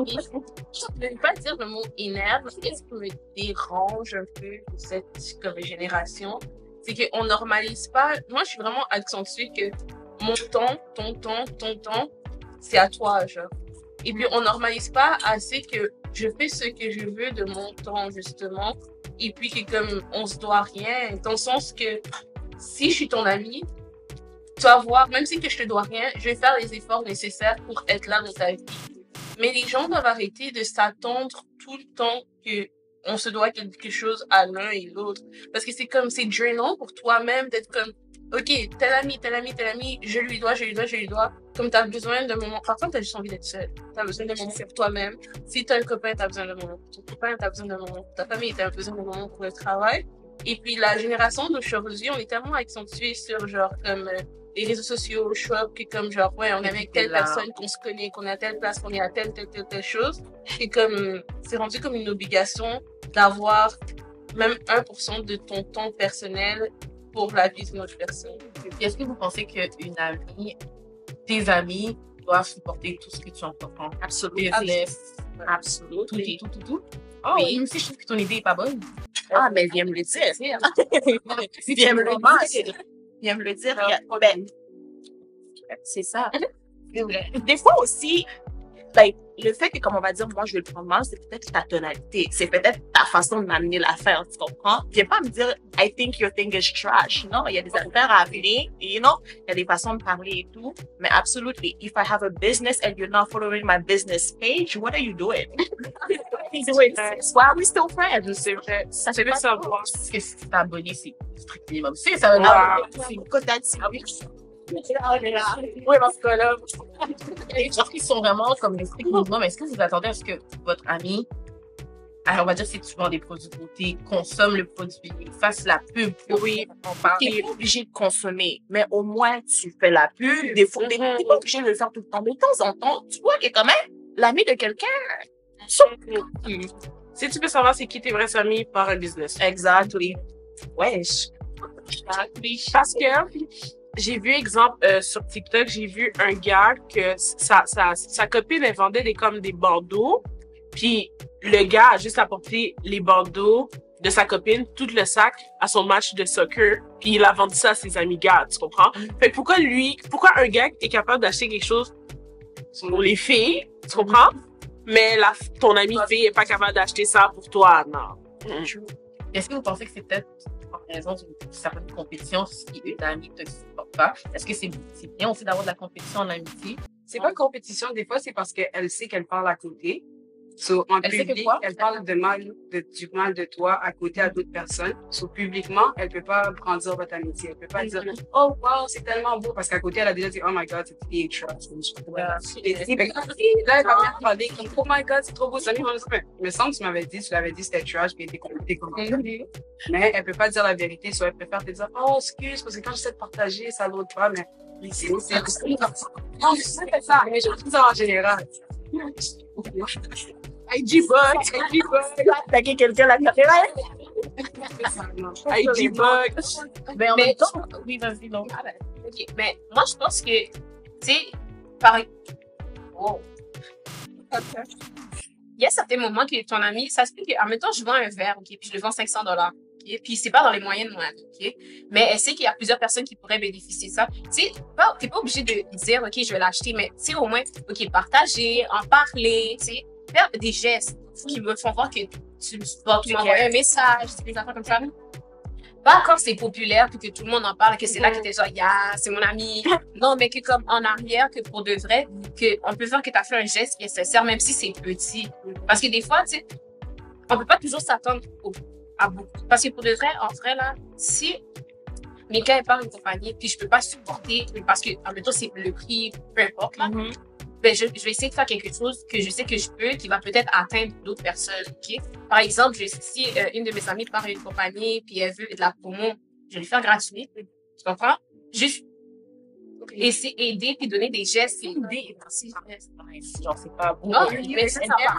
ne vais pas dire le mot énerve, ce qui me dérange un peu de cette comme, génération, c'est qu'on normalise pas. Moi, je suis vraiment accentuée que mon temps, ton temps, ton temps, c'est à toi, genre. Et puis, on normalise pas assez que je fais ce que je veux de mon temps, justement. Et puis, que comme on se doit rien, dans le sens que si je suis ton ami, tu vas voir, même si que je te dois rien, je vais faire les efforts nécessaires pour être là dans ta vie. Mais les gens doivent arrêter de s'attendre tout le temps que on se doit quelque chose à l'un et l'autre. Parce que c'est comme, c'est drainant pour toi-même d'être comme, ok, tel ami, tel ami, tel ami, je lui dois, je lui dois, je lui dois. Comme t'as besoin d'un moment, parfois t'as juste envie d'être seul. T'as besoin d'un moment pour toi-même. Si t'as un copain, t'as besoin d'un moment pour ton copain, t'as besoin d'un moment pour ta famille, t'as besoin d'un moment pour le travail. Et puis la génération d'aujourd'hui, on est tellement accentué sur genre comme euh, les réseaux sociaux, show up, que comme genre, ouais, on est avec telle personne qu'on se connaît, qu'on est à telle place, qu'on est à telle, telle, telle, telle chose. Et comme, c'est rendu comme une obligation d'avoir même un pour cent de ton temps personnel pour la vie d'une autre personne. Puis est-ce que vous pensez qu'une amie, tes amis doivent supporter tout ce que tu entreprends? Absolument. Business, Absolument. tout, tout, tout, tout. Oh, Oui. même si je trouve que ton idée est pas bonne. Ah, mais viens me le dire. Viens me le dire. Viens me le dire. Ben, c'est ça. Des fois aussi, like, le fait que, comme on va dire, moi, je vais le prendre mal, c'est peut-être ta tonalité. C'est peut-être ta façon de m'amener l'affaire, tu comprends? Viens pas me dire, I think your thing is trash. Non, il y a des affaires à amener, you know? Il y a des façons de parler et tout. Mais absolutely, if I have a business and you're not following my business page, what are you doing? Why are we still friends? C'est vrai. Ça fait savoir. Parce que si t'es abonné, c'est strict minimum. Si, ça veut Ah, dire. c'est une quota de Oui, parce que là, les gens qui sont vraiment comme les strict minimum, est-ce que vous attendez à ce que votre ami, alors on va dire si tu vends des produits de beauté, consomme le produit, fasse la pub pour Oui, en parler? t'es pas obligé de consommer, mais au moins tu fais la pub. Des fois, t'es t'es pas obligé de le faire tout le temps. Mais de temps en temps, tu vois que quand même, l'ami de quelqu'un, Si tu veux savoir c'est qui tes vrais amis par un business. exactly. Wesh. Parce que j'ai vu, exemple, euh, sur TikTok, j'ai vu un gars que sa, sa, sa copine, elle vendait des, comme des bandeaux. Puis le gars a juste apporté les bandeaux de sa copine, tout le sac, à son match de soccer. Puis il a vendu ça à ses amis gars, tu comprends? Fait que pourquoi lui, pourquoi un gars est capable d'acheter quelque chose pour les filles, tu comprends? Mais la, ton ami fille est pas capable d'acheter ça pour toi, non. Est-ce que vous pensez que c'est peut-être en raison d'une certaine compétition si une amie ne te supporte pas? Est-ce que c'est c'est bien aussi d'avoir de la compétition en amitié? C'est pas compétition, des fois, c'est parce qu'elle sait qu'elle parle à côté. So, en Elle sait que public, quoi? elle parle de mal, de, du mal de toi à côté à d'autres personnes. So, publiquement, elle peut pas grandir votre amitié. Elle peut pas dire, oh, wow, c'est tellement beau. Parce qu'à côté, elle a déjà dit, oh my god, cette fille est trash. Et puis, là, elle va venir parler, comme, oh my god, c'est trop beau. Ça me mais, il me semble que tu m'avais dit, tu l'avais dit, c'était trash, puis elle était complétée. Mais elle peut pas dire la vérité, soit elle préfère te dire, oh, excuse, parce que quand j'essaie de partager, ça l'autre pas, mais, c'est, c'est, non, je sais pas ça, mais je trouve ça en général. I G-Bug, I G-Bug, Attaquer quelqu'un la caméra. I G-Bug. Ben, en Mais- même temps, oui, vas-y, non. Ah ben, ok. Mais moi, je pense que, tu sais, par oh. Il y a certains moments que ton ami, ça se peut que, en même temps, je vends un verre, ok, puis je le vends cinq cents dollars. Okay? Puis c'est pas dans les moyens de mon ami, ok? Mais elle sait qu'il y a plusieurs personnes qui pourraient bénéficier de ça. Tu sais, pas- t'es pas obligé de dire, ok, je vais l'acheter, mais tu sais, au moins, ok, partager, en parler, tu sais, faire des gestes qui me font voir que tu vas tu m'envoyer un message, des affaires comme ça. Pas quand c'est populaire puis que tout le monde en parle, que c'est là que t'es genre, yeah, c'est mon ami. Non, mais que comme en arrière, que pour de vrai, que on peut voir que t'as fait un geste qui est sincère, même si c'est petit. Parce que des fois, tu sais, on peut pas toujours s'attendre au- à beaucoup. Parce que pour de vrai, en vrai, là, si Mika est par une compagnie, puis je peux pas supporter, parce que, en même temps, c'est le prix, peu importe, là, ben, je, je vais essayer de faire quelque chose que je sais que je peux, qui va peut-être atteindre d'autres personnes, ok? Par exemple, je, si euh, une de mes amies part à une compagnie, puis elle veut de la promo, je vais lui faire gratuit, tu comprends? Juste, essayer aider, puis donner des gestes, aider, et merci, Genre, c'est pas bon. Ah, Elle- mais ça, ça va.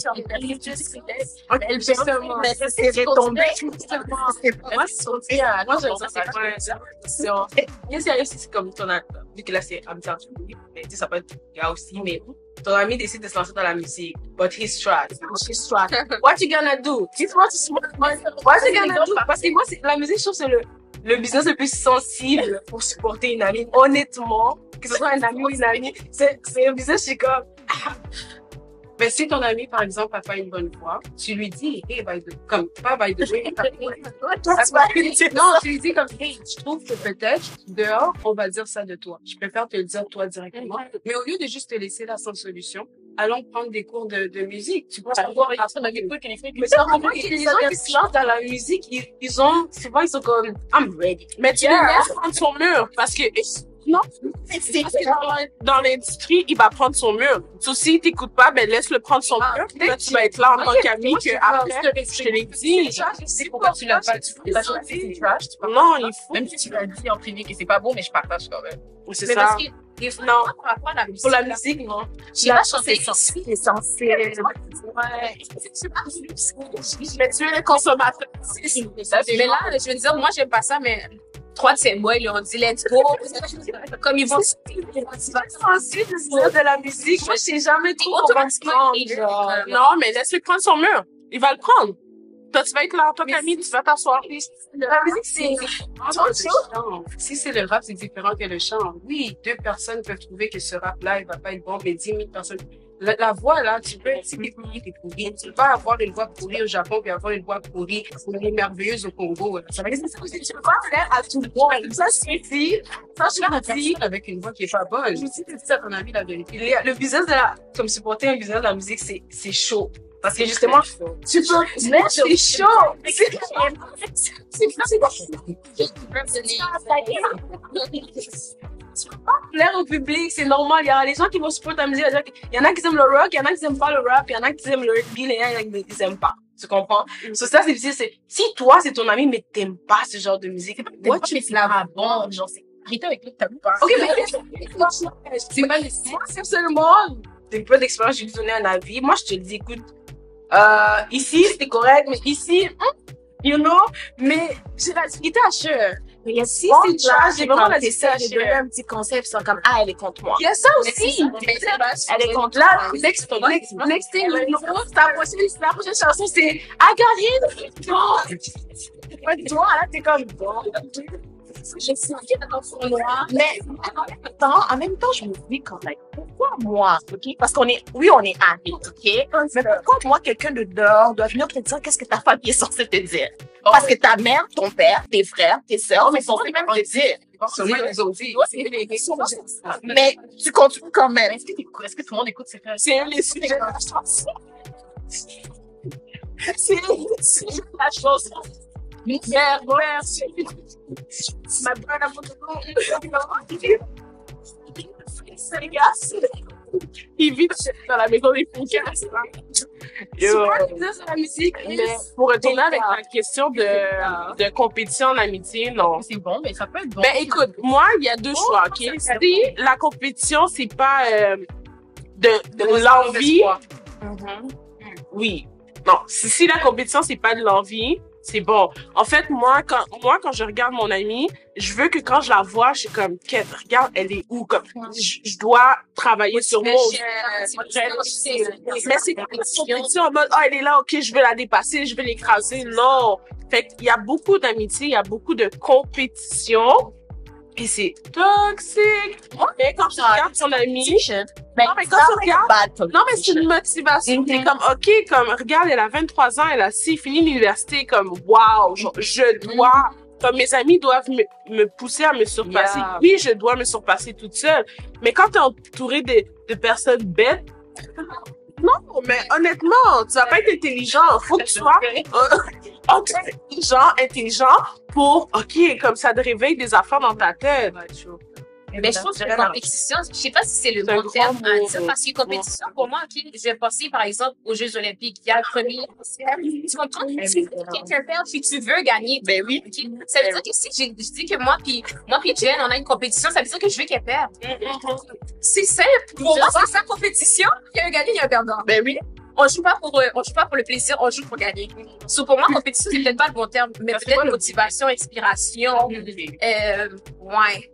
Elle fait seulement. Mais ça s'est retombé. Moi, c'est Ah, moi, non, j'aime ça, ça, c'est c'est pas une situation. Bien sûr, si c'est comme ton ami, vu que là, c'est amitié entre nous, mais tu sais, ça peut être gars aussi, mais ton ami décide de se lancer dans la musique, but he's trash. She's trash. What you gonna do? He's what What you gonna do? Parce que moi, c'est, la musique, je trouve que c'est le, le business le plus sensible pour supporter une amie. Honnêtement, que ce soit un ami ou une amie, c'est, c'est un business, je suis comme, Mais si ton ami, par exemple, a pas une bonne voix, tu lui dis, hey, by the, comme, pas by the way, non, tu lui dis comme, hey, je trouve que peut-être, dehors, on va dire ça de toi. Je préfère te le dire toi directement. Mais au lieu de juste te laisser là sans solution, allons prendre des cours de, de musique. Tu peux savoir, Mais mais c'est vraiment que les gens qui se lancent dans la musique, ils, ils ont, souvent, ils sont comme, I'm ready. Mais tu Yeah. le laisses prendre son mur parce que non, c'est parce que dans, dans l'industrie, il va prendre son mur. So, si t'écoutes pas, ben laisse-le prendre son mur. Puis là, tu vas être là en tant qu'ami que après, je te l'ai dit. C'est pourquoi tu l'as pas, tu l'as pas dit, c'est trash, tu parles. Non, il faut. Même si tu l'as dit en privé que c'est pas bon, mais je partage quand même. C'est Mais ça. parce que, des fois, Non. par rapport à la musique, Pour la là, musique, non. je sais pas chanter C'est ça. c'est censé. Ouais. Mais tu es le consommateur. Mais là, je veux dire, moi, j'aime pas ça, mais trois de ces mois, ils ont dit, let's go. Comme ils vont. Ensuite, le de la musique, moi, je sais jamais trop comment se Automatiquement, prendre. il- genre. Non, mais laisse-le prendre son mur. Il va le prendre. Toi, tu vas être là en tant Mais qu'ami, si- tu vas t'asseoir. La musique, c'est entre le chant. Si c'est le rap, c'est différent que le chant. Oui, deux personnes peuvent trouver que ce rap-là, il va pas être bon, mais dix mille personnes. La, la voix, là, tu peux, si t'es pourri, t'es pourri. Tu peux pas avoir une voix pourrie au Japon puis avoir une voix pourrie ou une merveilleuse au Congo. Ça va exister. Tu peux pas faire à tout le monde. Ça suffit. Ça suffit avec une voix qui est pas bonne. Je me dis, c'est ça ton avis, la vérité. Le business de la, comme supporter un business de la musique, c'est, c'est chaud. Parce que justement, tu peux, mais c'est chaud. C'est Tu peux pas plaire au public, c'est normal. Il y a les gens qui vont supporter ta musique. Il y en a qui aiment le rock, il y en a qui aiment pas le rap, il y en a qui aiment le R and B, il y en a qui aiment pas. Tu comprends? So, ça, c'est difficile. C'est, si toi, c'est ton ami, mais t'aimes pas ce genre de musique, Moi, tu c'est pas bon. Genre, c'est arrêter avec lui que t'aimes pas. ok, mais c'est pas nécessaire. Moi, sincèrement, d'un peu d'expérience, je vais te donner un avis. Moi, je te dis, écoute, euh, ici, c'était correct, mais ici, hmm, you know, mais j'ai la difficulté à cher. Mais si Bon, c'est là, là, j'ai vraiment la t'essaies de difficulté à donner cher. un petit concept, ils sont comme, ah, elle est contre moi. Il y a ça aussi. Elle est contre Là, next, next, next thing, you know, ta prochaine, la prochaine chanson, c'est I got it. Bon. Toi, là, t'es comme, bon. Je suis mais en même temps, en même temps, je me dis quand même, pourquoi moi, ok? Parce qu'on est, oui, on est amis, ok? Mais pourquoi moi, quelqu'un de dehors doit venir te dire qu'est-ce que ta famille est censée te dire? Parce que ta mère, ton père, tes frères, tes sœurs, mais sont censés même te dire. Sûrement, ils ont dit. Mais tu continues quand même. Est-ce que, t'écoutes- est-ce que tout le monde écoute ses frères? C'est les sujets de la chanson. C'est les sujets de la chanson. Mère, mère, c'est ma bonne c'est les gars. Il vit dans la maison des Fouquets. Yo. C'est la musique. Mais pour retourner avec la question de, de compétition en amitié, non. C'est bon, mais ça peut être bon. Ben écoute, moi, il y a deux choix, ok? Si la compétition, c'est pas euh, de, de l'envie, oui. Non, si, si la compétition, c'est pas de l'envie, c'est bon. En fait, moi, quand, moi, quand je regarde mon amie, je veux que quand je la vois, je suis comme, Quête, regarde, elle est où? Comme, je, je dois travailler sur moi. Mais c'est une compétition en mode, oh, elle est là, ok, je veux la dépasser, je veux l'écraser. Non. Fait qu'il y a beaucoup d'amitié, il y a beaucoup de compétition. Et c'est toxique. Mais quand tu regardes ton ami, Mais non, mais quand tu regardes, non, mais c'est une motivation. T'es comme, OK, comme, regarde, elle a vingt-trois ans, elle a si fini l'université, comme, wow, je, je dois, comme mes amis doivent me, me pousser à me surpasser. Yeah. Oui, je dois me surpasser toute seule. Mais quand t'es entouré de, de personnes bêtes, non, mais honnêtement, tu vas pas être intelligent. Faut que tu sois euh, intelligent, intelligent pour, OK, comme ça te réveille des affaires dans ta tête. Mais je trouve que la compétition, je sais pas si c'est le C'est un bon terme grand à mot. dire, parce que compétition, pour moi, ok, je vais passer, par exemple, aux Jeux Olympiques. Il y a le premier, tu comprends? Tu quelqu'un perd, puis tu veux gagner. Ben oui. Ok? Ça veut dire que si j'ai- je dis que moi, puis moi, puis Jen, on a une compétition, ça veut dire que je veux qu'elle perde. C'est simple. Pour moi, c'est ça, compétition. Il y a un gagnant, il y a un perdant. Ben oui. On joue pas pour, euh, on joue pas pour le plaisir, on joue pour gagner. So, pour moi, compétition, c'est peut-être pas le bon terme, mais Parce que moi, peut-être le- motivation, inspiration, euh, ouais.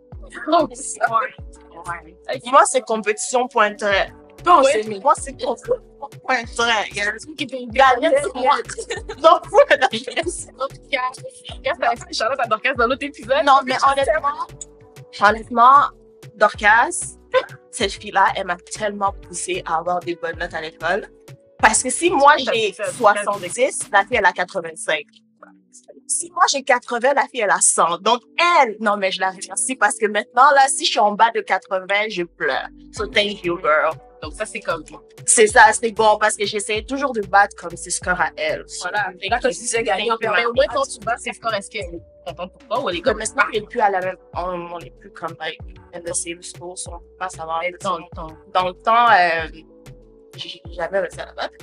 Moi, c'est compétition point trait. Non, c'est, moi, c'est compétition point trait. Il y a un truc qui peut gagner sur moi. Donc, vous, la pièce. Dorcas, t'as fait Charlotte à Dorcas dans l'autre épisode. Non, mais honnêtement, honnêtement, Dorcas, cette fille-là, elle m'a tellement poussée à avoir des bonnes notes à l'école. Parce que si moi, j'ai soixante-dix, la fille, elle a quatre-vingt-cinq. Si moi, j'ai quatre-vingts, la fille, elle a cent. Donc, elle, non, mais je la remercie parce que maintenant, là, si je suis en bas de quatre-vingts, je pleure. So, thank you, girl. Donc ça, c'est comme C'est ça, c'est bon parce que j'essaie toujours de battre comme ses scores à elle. Voilà. Et là, quand tu disais gagner, on Mais au moins, quand tu bats ses scores, est-ce qu'elle est contente pour toi ou elle est Comme comme maintenant, on n'est plus à la même, on, on est plus comme, like, in the same school, so on peut pas savoir. dans le temps? Dans le temps, euh, j'ai j'ai jamais réussi à la battre.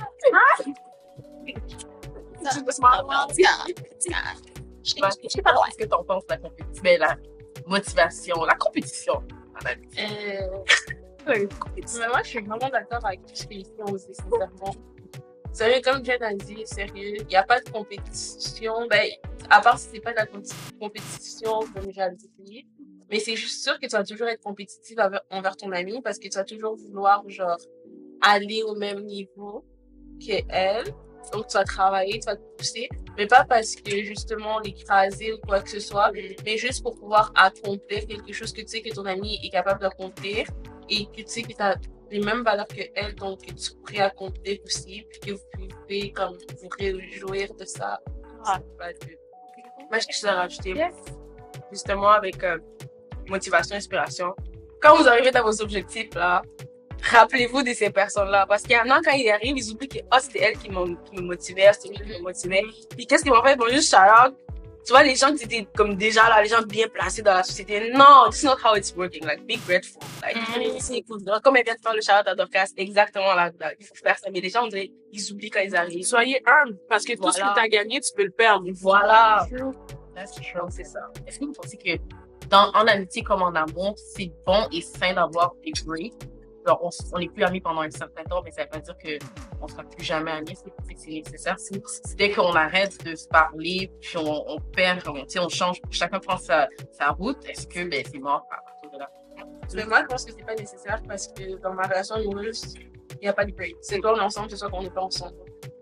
Je sais pas loin. Qu'est-ce que t'en penses de la compétition? Ben, la motivation, la compétition. en amitié. Euh, mais moi, je suis vraiment d'accord avec ce qu'ils font aussi, sincèrement. Sérieux, comme Jen a dit, sérieux, il n'y a pas de compétition. Ben, à part si c'est pas de la compé- compétition, comme j'ai dit. Mais c'est juste sûr que tu vas toujours être compétitive envers, envers ton ami parce que tu vas toujours vouloir, genre, aller au même niveau qu'elle. Donc, tu vas travailler, tu vas te pousser. mais pas parce que justement l'écraser ou quoi que ce soit, mais juste pour pouvoir accomplir quelque chose que tu sais que ton ami est capable d'accomplir et que tu sais que tu as les mêmes valeurs que elle, donc que tu pourrais accomplir aussi, puis que vous pouvez comme vous réjouir de ça. Ah, bah, moi, je suis à rajouter. Justement, avec euh, motivation, inspiration. Quand vous arrivez dans vos objectifs, là, rappelez-vous de ces personnes-là. Parce qu'il y en a, quand ils arrivent, ils oublient que oh, c'était elle qui, qui me motivait, c'était elle qui me motivait. Puis qu'est-ce qu'ils vont faire? Ils vont juste shout-out. Tu vois, les gens qui étaient comme déjà là, les gens bien placés dans la société. Non, this is not how it's working. Like, be grateful. Like, mm-hmm. C'est cool. Comme elle vient de faire le shout-out à Dorcas, exactement là, là, il faut faire ça. Mais les gens, on dirait, ils oublient quand ils arrivent. Soyez humble, parce que Voilà. tout ce que tu as gagné, tu peux le perdre. Voilà. That's true. Donc, c'est ça. Est-ce que vous pensez que dans, en amitié comme en amour, c'est bon et sain d'avoir des breaks? Alors, on, on est plus amis pendant un certain temps, mais ça veut pas dire qu'on sera plus jamais amis. C'est, c'est nécessaire. C'est, c'est dès qu'on arrête de se parler, puis on, on perd, on, on change, chacun prend sa, sa route, est-ce que ben, c'est mort à partir de là? Mais moi, je pense que c'est pas nécessaire parce que dans ma relation amoureuse, il n'y a pas de break. C'est soit on est ensemble, c'est soit qu'on n'est pas ensemble.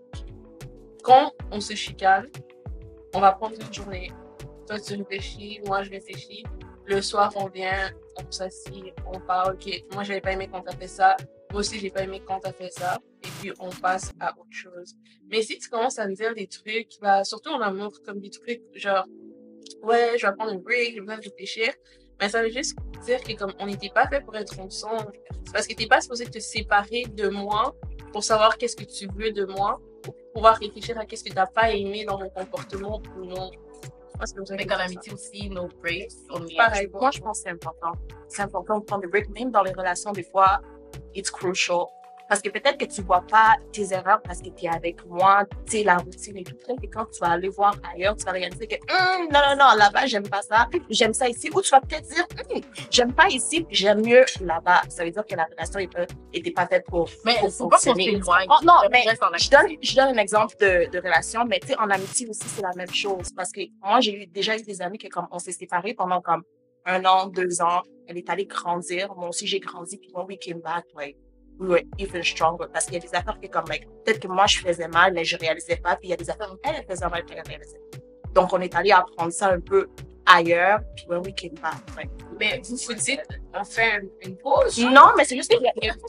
Quand on se chicane, on va prendre une journée. Toi, tu réfléchis, moi, je réfléchis. Le soir, on vient, on s'assied, on parle. OK, moi, j'avais pas aimé quand t'as fait ça. Moi aussi, j'ai pas aimé quand t'as fait ça. Et puis, on passe à autre chose. Mais si tu commences à me dire des trucs, bah, surtout en amour, comme des trucs genre, ouais, je vais prendre un break, j'ai besoin de réfléchir. Mais ça veut juste dire que comme on n'était pas fait pour être ensemble. C'est parce que t'es pas supposé te séparer de moi pour savoir qu'est-ce que tu veux de moi, pour pouvoir réfléchir à qu'est-ce que t'as pas aimé dans mon comportement ou non. Moi, c'est comme ça. Mais qu'en amitié aussi, no breaks. On est Pareil, moi, je pense que c'est important. C'est important de prendre des breaks, même dans les relations, des fois, it's crucial. Parce que peut-être que tu vois pas tes erreurs parce que tu es avec moi, tu sais, la routine et tout. Peut-être que quand tu vas aller voir ailleurs, tu vas réaliser que, hum, non, non, non, là-bas, j'aime pas ça, j'aime ça ici. Ou tu vas peut-être dire, hum, j'aime pas ici, j'aime mieux là-bas. Ça veut dire que la relation était pas faite pour, mais pour faut pas qu'on fonctionner. s'éloigne. Oh, non, mais je donne, je donne un exemple de, de relation, mais tu sais, en amitié aussi, c'est la même chose. Parce que moi, j'ai eu déjà eu des amis que comme on s'est séparés pendant comme un an, deux ans. Elle est allée grandir. Moi aussi, j'ai grandi. Puis when we came back, like, we were even stronger. Parce qu'il y a des affaires que comme, like, peut-être que moi, je faisais mal, mais je réalisais pas. Puis il y a des affaires où elle, elle faisait mal, puis elle réalisait. Donc, on est allé apprendre ça un peu ailleurs. Puis when we came back, like. Mais vous vous dites, on fait une pause? Non, mais c'est juste que.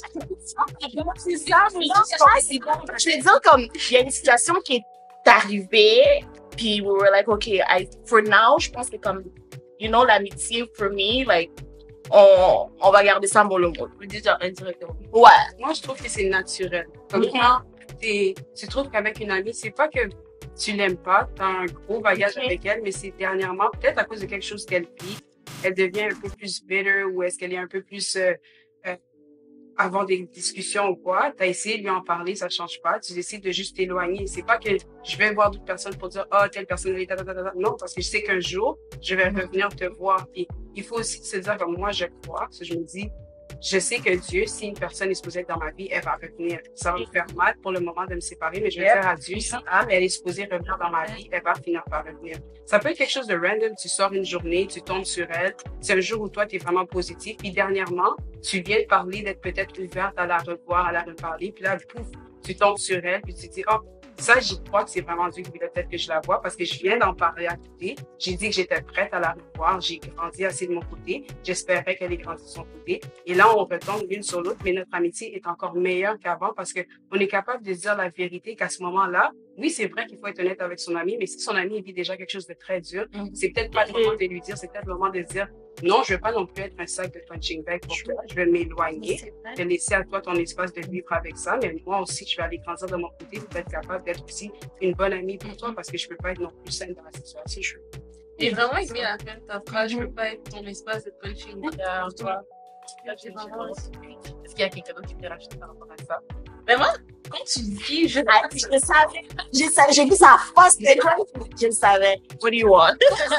C'est ça, je veux dire, je veux dire, comme, il y a une situation qui est arrivée. Puis we were like, okay, I, for now, je pense que comme, you know, l'amitié, for me, like, on, on va garder ça mollo mollo. Vous dites genre indirectement. Ouais. Moi, je trouve que c'est naturel. Comme quand t'es- tu trouves qu'avec une amie, c'est pas que tu l'aimes pas, t'as un gros bagage Mhm. avec elle, mais c'est dernièrement, peut-être à cause de quelque chose qu'elle vit, elle devient un peu plus bitter ou est-ce qu'elle est un peu plus euh, euh, avant des discussions ou quoi, t'as essayé de lui en parler, ça change pas, tu décides de juste t'éloigner. C'est pas que je vais voir d'autres personnes pour dire, oh, telle personne est ta, ta, ta, ta, ta. Non, parce que je sais qu'un jour, je vais revenir te voir. Et il faut aussi se dire comme moi, je crois, parce que je me dis, je sais que Dieu, si une personne est supposée être dans ma vie, elle va revenir. Ça va me faire mal pour le moment de me séparer, mais je vais Yep. dire à Dieu, si Anne, elle est supposée revenir dans ma vie, elle va finir par revenir. Ça peut être quelque chose de random, tu sors une journée, tu tombes sur elle, c'est un jour où toi, tu es vraiment positif, puis dernièrement, tu viens de parler d'être peut-être ouverte à la revoir, à la reparler, puis là, pouf, tu tombes sur elle, puis tu te dis, oh, ça, j'y crois que c'est vraiment Dieu qui voulait peut-être que je la vois parce que je viens d'en parler à côté. J'ai dit que j'étais prête à la revoir. J'ai grandi assez de mon côté. J'espérais qu'elle ait grandi de son côté. Et là, on retombe l'une sur l'autre, mais notre amitié est encore meilleure qu'avant parce que on est capable de dire la vérité qu'à ce moment-là, oui, c'est vrai qu'il faut être honnête avec son ami, mais si son ami vit déjà quelque chose de très dur, c'est peut-être pas le moment de lui dire, c'est peut-être le moment de dire, non, je veux pas non plus être un sac de punching bag pour toi. Je vais m'éloigner, te laisser à toi ton espace de vivre avec ça, mais moi aussi, je vais aller grandir de mon côté pour être capable d'être aussi une bonne amie pour toi parce que je peux pas être non plus saine dans la situation. Je... J'ai vraiment aimé la fin de ta phrase, je peux pas être ton espace de punching bag pour toi. J'ai vraiment- Est-ce qu'il y a quelqu'un d'autre qui peut rajouter par rapport à ça? Mais moi, quand tu dis, je Ah, je le savais. Je le savais. J'ai vu sa face. Je le savais. What do you want?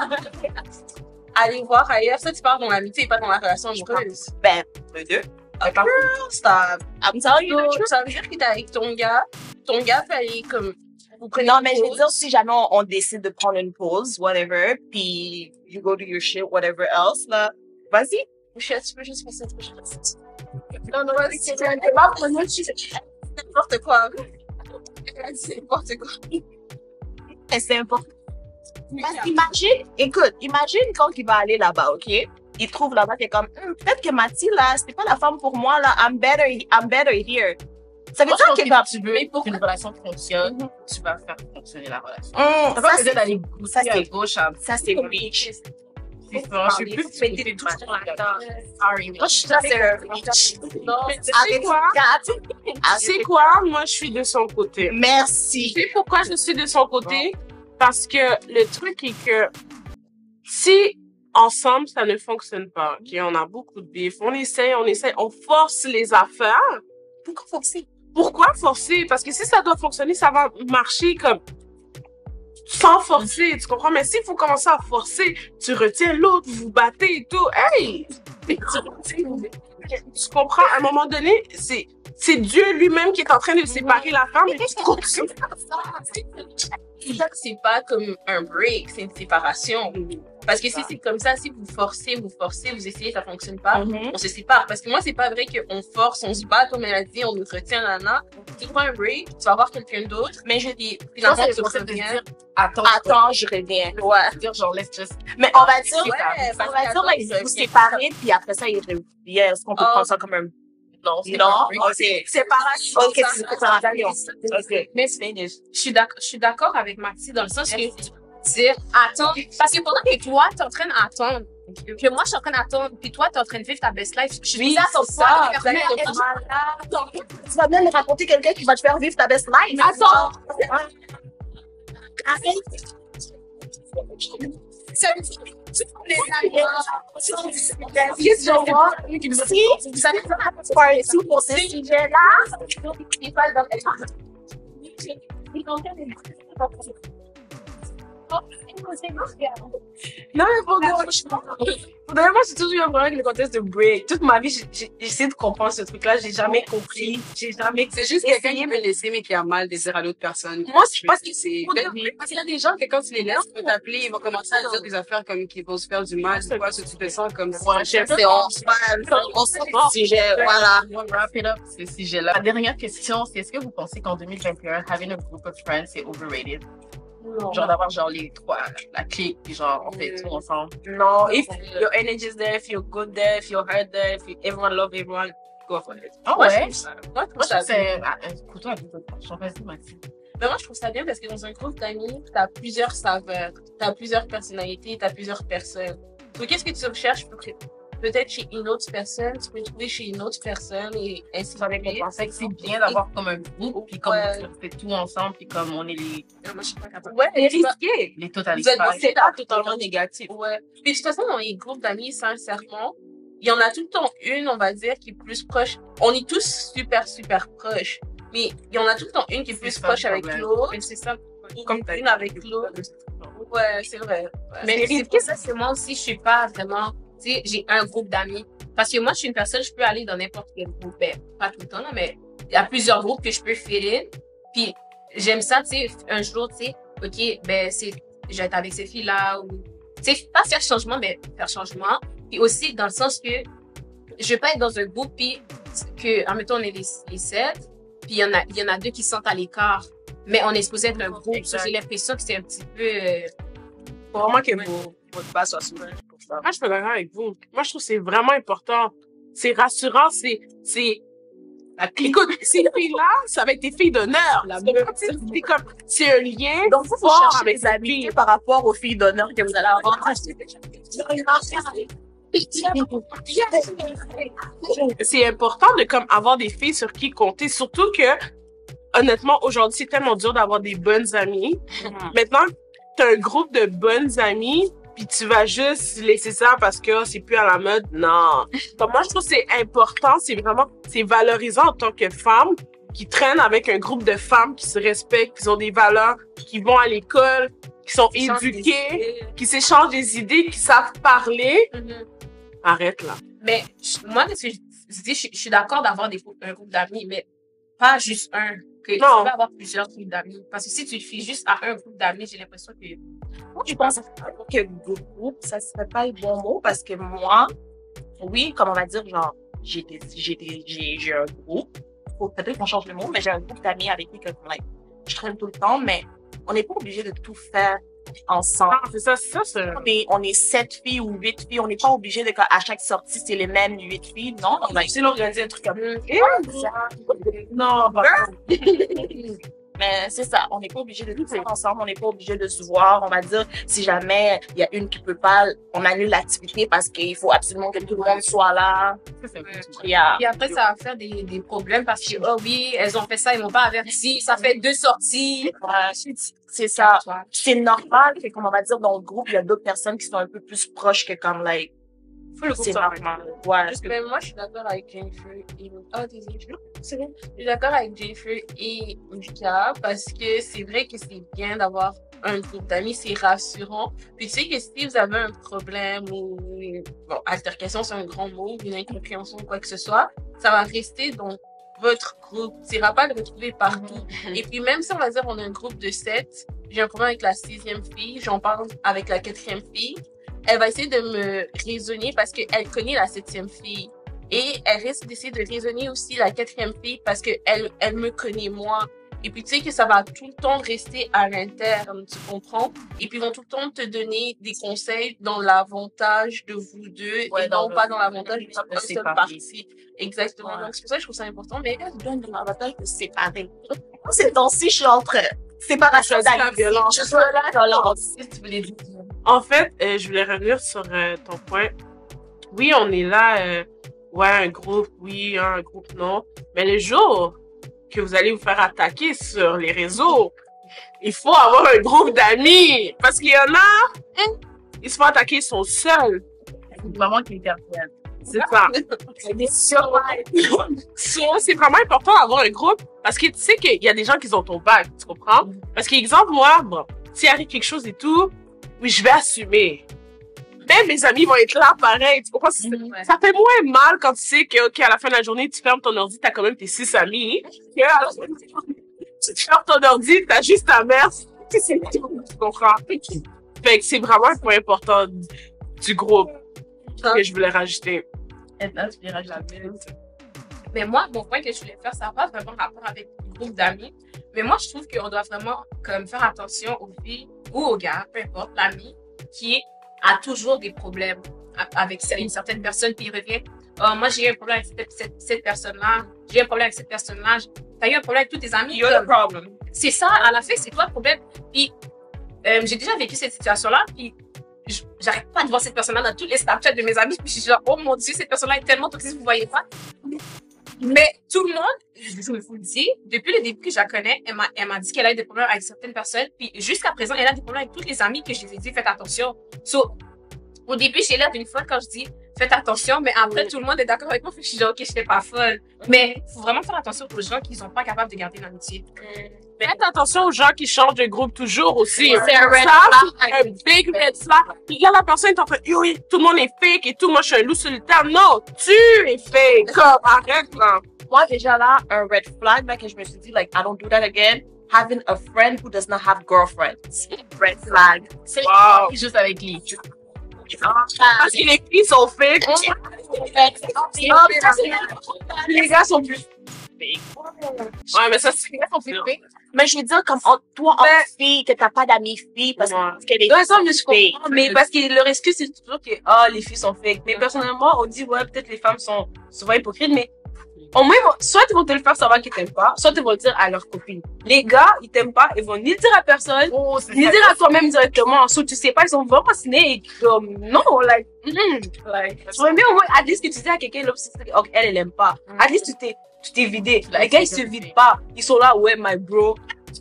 aller voir ailleurs, ça tu parles dans l'amitié et pas dans la relation amoureuse. Ben, les deux. Ah, girl, stop. I'm telling you the So, truth. ça veut dire que t'es avec ton gars, ton gars peut aller comme, vous prenez Non, une mais je veux pause. dire, si jamais on, on décide de prendre une pause, whatever, puis you go do your shit, whatever else, là, vas-y. Michel, tu peux juste passer à autre chose. Non, non, vas-y. C'est un débat pour nous, tu sais. N'importe quoi. C'est n'importe quoi. mais c'est important. Parce qu'imagine, écoute, imagine quand il va aller là-bas, ok? Il trouve là-bas, t'es comme, Hum, peut-être que Mathilde, là, c'était pas la femme pour moi, là. I'm better, I'm better here. Ça veut Moi, je dire pense qu'il va. que tu veux qu'une relation fonctionne, tu vas faire fonctionner la relation. Hum, T'as pas ça, besoin c'est, d'aller ça, goûter à c'est- gauche, à ça, c'est rich. c'est ça. Je suis plus du côté de tout sur la table. Sorry, mais Moi, je suis ça, c'est un rich. Mais tu sais Arrête, quoi? Kat. Tu sais quoi? Moi, je suis de son côté. Tu Merci. sais pourquoi je suis de son côté? Parce que le truc est que si ensemble, ça ne fonctionne pas, ok, on a beaucoup de bif, on essaie, on essaie, on force les affaires. Pourquoi forcer? Pourquoi forcer? Parce que si ça doit fonctionner, ça va marcher comme sans forcer, tu comprends? Mais s'il faut commencer à forcer, tu retiens l'autre, vous vous battez et tout, hey! Mais tu, tu comprends? À un moment donné, c'est, c'est Dieu lui-même qui est en train de séparer la femme et tu continues. c'est ça que c'est pas comme un break, c'est une séparation. Parce que si c'est comme ça, si vous forcez, vous forcez, vous essayez, ça fonctionne pas, Mhm. on se sépare. Parce que moi, c'est pas vrai qu'on force, on se bat, comme elle a dit, on nous retient, nana. Tu prends un break, tu vas voir quelqu'un d'autre, mais je dis, finalement, c'est tu le concept de reviens. dire, Attends, Attends, je reviens. Ouais. dire genre, let's just. Mais on va dire, C'est ouais, ça. on va dire, Attends, like, il vous revient. séparez, puis après ça, il revient. Est-ce qu'on peut Oh. prendre ça comme un. Non, c'est Non? pas un break. Ok. Séparation. Ok, c'est séparation. Ok. Mais je suis d'accord, je suis d'accord avec Maxi dans le sens que dire attends, parce que pendant que toi t'es en train d'attendre, que moi je suis en train d'attendre, puis toi t'es en train de vivre ta best life, je suis Oui, là ton c'est ça, poids, mais exactement. Attends, tu vas bien me raconter quelqu'un qui va te faire vivre ta best life. Attends. C'est un petit peu les amis. Si vous savez pas partout pour ce sujet-là, il va dans Non, mais pour moi, pour de vrai, moi, j'ai toujours eu un problème avec le contexte de break. Toute ma vie, j'ai- j'ai j'ai essayé de comprendre ce truc-là. J'ai jamais compris. J'ai jamais. C'est juste quelqu'un qui peut laisser, mais qui a mal de dire à l'autre personne. Moi, je pense Parce que c'est. pour de vrai, Parce qu'il y a des gens que quand tu les laisses, ils vont t'appeler, ils vont commencer à dire des affaires comme qu'ils vont se faire du mal. C'est quoi, ce que tu te sens comme si. Ouais, c'est on on sort du sujet, voilà. On va wrap it up, ce sujet-là. La dernière question, c'est est-ce que vous pensez qu'en deux mille vingt et un, having a group of friends, c'est overrated? Genre d'avoir genre les trois, la clique, puis genre on fait tout ensemble. no, if your energy is there, if you're good there, if you're hurt there, if you, everyone love everyone, go for it. Ah Moi, je ouais? trouve ça- Moi, je trouve Moi, je ça trouve que c'est. Ah, écoute-toi, j'en passe Maxime. Mais moi, je trouve ça bien parce que dans un groupe d'amis, t'as plusieurs saveurs, t'as plusieurs personnalités, t'as plusieurs personnes. Donc, qu'est-ce que tu recherches peut- peut-être chez une autre personne, tu peux le trouver chez une autre personne et ainsi de J'en ai suite. compris que c'est bien d'avoir comme un groupe, puis comme Ouais. on fait tout ensemble, puis comme on est les, Non, moi, je suis pas capable. Ouais, c'est risqué. les Vous totalistes. êtes- C'est pas totalement négatif. Ouais. Puis de toute façon, dans les groupes d'amis, sincèrement, il y en a tout le temps une, on va dire, qui est plus proche. On est tous super, super proches. Mais il y en a tout le temps une qui est C'est plus ça, proche le avec problème. l'autre. Mais c'est ça. Comme Comme t'as une avec l'autre. Ouais, c'est vrai. Ouais. Mais Mais c'est- c'est pour ça que moi aussi, je suis pas vraiment, tu sais, j'ai un groupe d'amis. Parce que moi, je suis une personne, je peux aller dans n'importe quel groupe. Ben, pas tout le temps, là, mais il y a plusieurs groupes que je peux fit in. Puis j'aime ça, tu sais, un jour, tu sais, OK, ben, c'est, je vais être avec cette fille-là ou, tu sais, pas faire changement, mais faire changement. Puis aussi, dans le sens que je vais pas être dans un groupe, puis que, admettons, on est les, les sept, puis il y en a, il y en a deux qui sont à l'écart. Mais on est supposé être un groupe. Ça, j'ai l'impression que c'est un petit peu, euh, Faut vraiment que vos, votre base soit souvent pour ça. Moi, je suis d'accord avec vous. Moi, je trouve que c'est vraiment important. C'est rassurant, c'est, c'est, écoute, ces filles-là, ça va être des filles d'honneur. La Tu comprends? C'est c'est comme, c'est un lien Donc, vous, vous fort cherchez avec des ces amitiés filles. par rapport aux filles d'honneur que vous allez avoir. C'est important de comme avoir des filles sur qui compter, surtout que, honnêtement, aujourd'hui, c'est tellement dur d'avoir des bonnes amies. Maintenant, t'as un groupe de bonnes amies, puis tu vas juste laisser ça parce que c'est plus à la mode. Non. Donc, moi, je trouve que c'est important, c'est vraiment, c'est valorisant en tant que femme qui traîne avec un groupe de femmes qui se respectent, qui ont des valeurs, qui vont à l'école, qui sont change des éduquées, idées. qui s'échangent des idées, qui savent parler. Mhm. Arrête là. Mais je- moi, ce que je, je dis, je, je suis d'accord d'avoir des groupes- un groupe d'amis, mais pas juste un. Que tu Non. peux avoir plusieurs groupes d'amis. Parce que si tu te fies juste à un groupe d'amis, j'ai l'impression que Moi, je pense que groupe, ça serait pas le bon mot parce que moi, oui, comme on va dire, genre, j'ai des, j'ai des, j'ai, j'ai un groupe. Faut peut-être qu'on change le mot, mais j'ai un groupe d'amis avec qui que, like, je traîne tout le temps, mais on n'est pas obligé de tout faire ensemble. Non, c'est ça, c'est ça, c'est... On est, on est sept filles ou huit filles. On n'est pas obligé de, qu'à chaque sortie, c'est les mêmes huit filles. Non, on va essayer d'organiser un truc comme ça. Non, bah, Mais c'est ça, on n'est pas obligé de tout faire ensemble, on n'est pas obligé de se voir. On va dire, si jamais il y a une qui peut pas, on annule l'activité parce qu'il faut absolument que tout le monde soit là. Il y a- Et après, ça va faire des, des problèmes parce que, oh oui, elles ont fait ça, ils m'ont pas averti, ça fait deux sorties. Ouais, c'est ça. C'est normal, fait qu'on va dire, dans le groupe, il y a d'autres personnes qui sont un peu plus proches que comme, like, faut le groupe c'est soit normal. Ouais. Mais moi, je suis d'accord avec Jennifer et... Ah, désolé, c'est bon. Je suis d'accord avec Jennifer et Lucas parce que c'est vrai que c'est bien d'avoir un groupe d'amis, c'est rassurant. Puis tu sais que si vous avez un problème ou une bon, altercation, c'est un grand mot, une incompréhension ou quoi que ce soit, ça va rester dans votre groupe. Tu n'iras pas le retrouver partout. Et puis même si on va dire on a un groupe de sept, j'ai un problème avec la sixième fille, j'en parle avec la quatrième fille, elle va essayer de me raisonner parce qu'elle connaît la septième fille. Et elle risque d'essayer de raisonner aussi la quatrième fille parce qu'elle elle me connaît moi. Et puis tu sais que ça va tout le temps rester à l'interne, tu comprends? Et puis ils vont tout le temps te donner des conseils dans l'avantage de vous deux Ouais, et dans non le- pas dans l'avantage d'une de seule séparer. partie. Exactement. Ouais. Donc c'est pour ça que je trouve ça important. Mais Elle donne de l'avantage de se séparer. Moi, ces temps-ci, je suis entre séparation Choisis la d'amitié. violence. Je suis là, violence. qu'est-ce que tu voulais dire? En fait, euh, je voulais revenir sur euh, ton point. Oui, on est là, euh, ouais, un groupe, oui, un groupe, non. Mais le jour que vous allez vous faire attaquer sur les réseaux, il faut avoir un groupe d'amis. Parce qu'il y en a, hein, ils se font attaquer, ils sont seuls. Maman qui intervient. C'est ça. So, c'est vraiment important d'avoir un groupe parce que tu sais qu'il y a des gens qui ont ton bac, tu comprends? Parce qu'exemple, moi, bon, s'il arrive quelque chose et tout, oui, je vais assumer. Même mes amis vont être là pareil, tu comprends? C'est- Ouais. Ça fait moins mal quand tu sais que, OK, à la fin de la journée, tu fermes ton ordi, t'as quand même tes six amis. Que à la fin de la journée, tu fermes ton ordi, t'as juste ta mère. Tu sais, c'est tout, tu comprends? Fait que c'est vraiment un point important du groupe que je voulais rajouter. Edna, tu viens rajouter. Mais moi, mon point que je voulais faire, ça n'a pas vraiment rapport avec le groupe d'amis. Mais moi, je trouve qu'on doit vraiment comme, faire attention aux filles ou aux gars, peu importe, l'ami, qui a toujours des problèmes a- avec une certaine personne, puis il revient. Oh, moi, j'ai eu un problème avec cette, cette, cette personne-là. J'ai eu un problème avec cette personne-là. T'as eu un problème avec tous tes amis. You're the comme- problem. C'est ça, à la fin, c'est toi le problème. Puis, euh, j'ai déjà vécu cette situation-là, puis j- j'arrête pas de voir cette personne-là dans tous les Snapchats de mes amis, puis je suis genre, oh mon Dieu, cette personne-là est tellement toxique, vous voyez pas. Mais tout le monde, je vous le dis, depuis le début que je la connais, elle m'a, elle m'a dit qu'elle a eu des problèmes avec certaines personnes, puis jusqu'à présent, elle a des problèmes avec toutes les amies que je lui ai dit, faites attention. So, au début, j'ai l'air d'une folle quand je dis, faites attention, mais après, tout le monde est d'accord avec moi, fait que je suis genre, ok, je fais pas folle. Mais, faut vraiment faire attention aux gens qui sont pas capables de garder l'amitié. Faites attention aux gens qui changent de groupe toujours aussi. C'est un red Ça, flag. c'est un big red flag. Puis là, la personne est en train, yo, oui, tout le monde est fake et tout. Moi, je suis un loup solitaire. Non, tu es fake. Comme, arrête, là. Moi, déjà là, un red flag, là, que je me suis dit, like, I don't do that again. Having a friend who does not have girlfriends. Red flag. Wow. Juste avec lui. Parce que les filles sont fake. Les gars sont plus fake. Ouais, mais ça, c'est Mais je veux dire, comme en- toi, en fille, que t'as pas d'amis filles, parce Ouais. que qu'elle est Dans l'ensemble, je fake. comprends, mais parce que leur excuse, c'est toujours que, oh, les filles sont fake. Mais personnellement, on dit, ouais, peut-être les femmes sont souvent hypocrites, mais au moins, ils vont- soit ils vont te le faire savoir qu'ils t'aiment pas, soit ils vont le dire à leur copine. Les gars, ils t'aiment pas, ils vont ni le dire à personne, Oh, c'est ni ça. dire à toi-même directement. So, tu sais pas, ils sont vraiment ciné et comme, non, like, mm, like, tu vois, mais au moins, at least que tu dis à quelqu'un, l'autre, c'est que, ok, elle, elle aime pas. At least tu t'es, tu t'es vidé. Les gars, ils se vident pas. Ils sont là, ouais, my bro.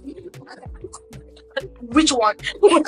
Which one?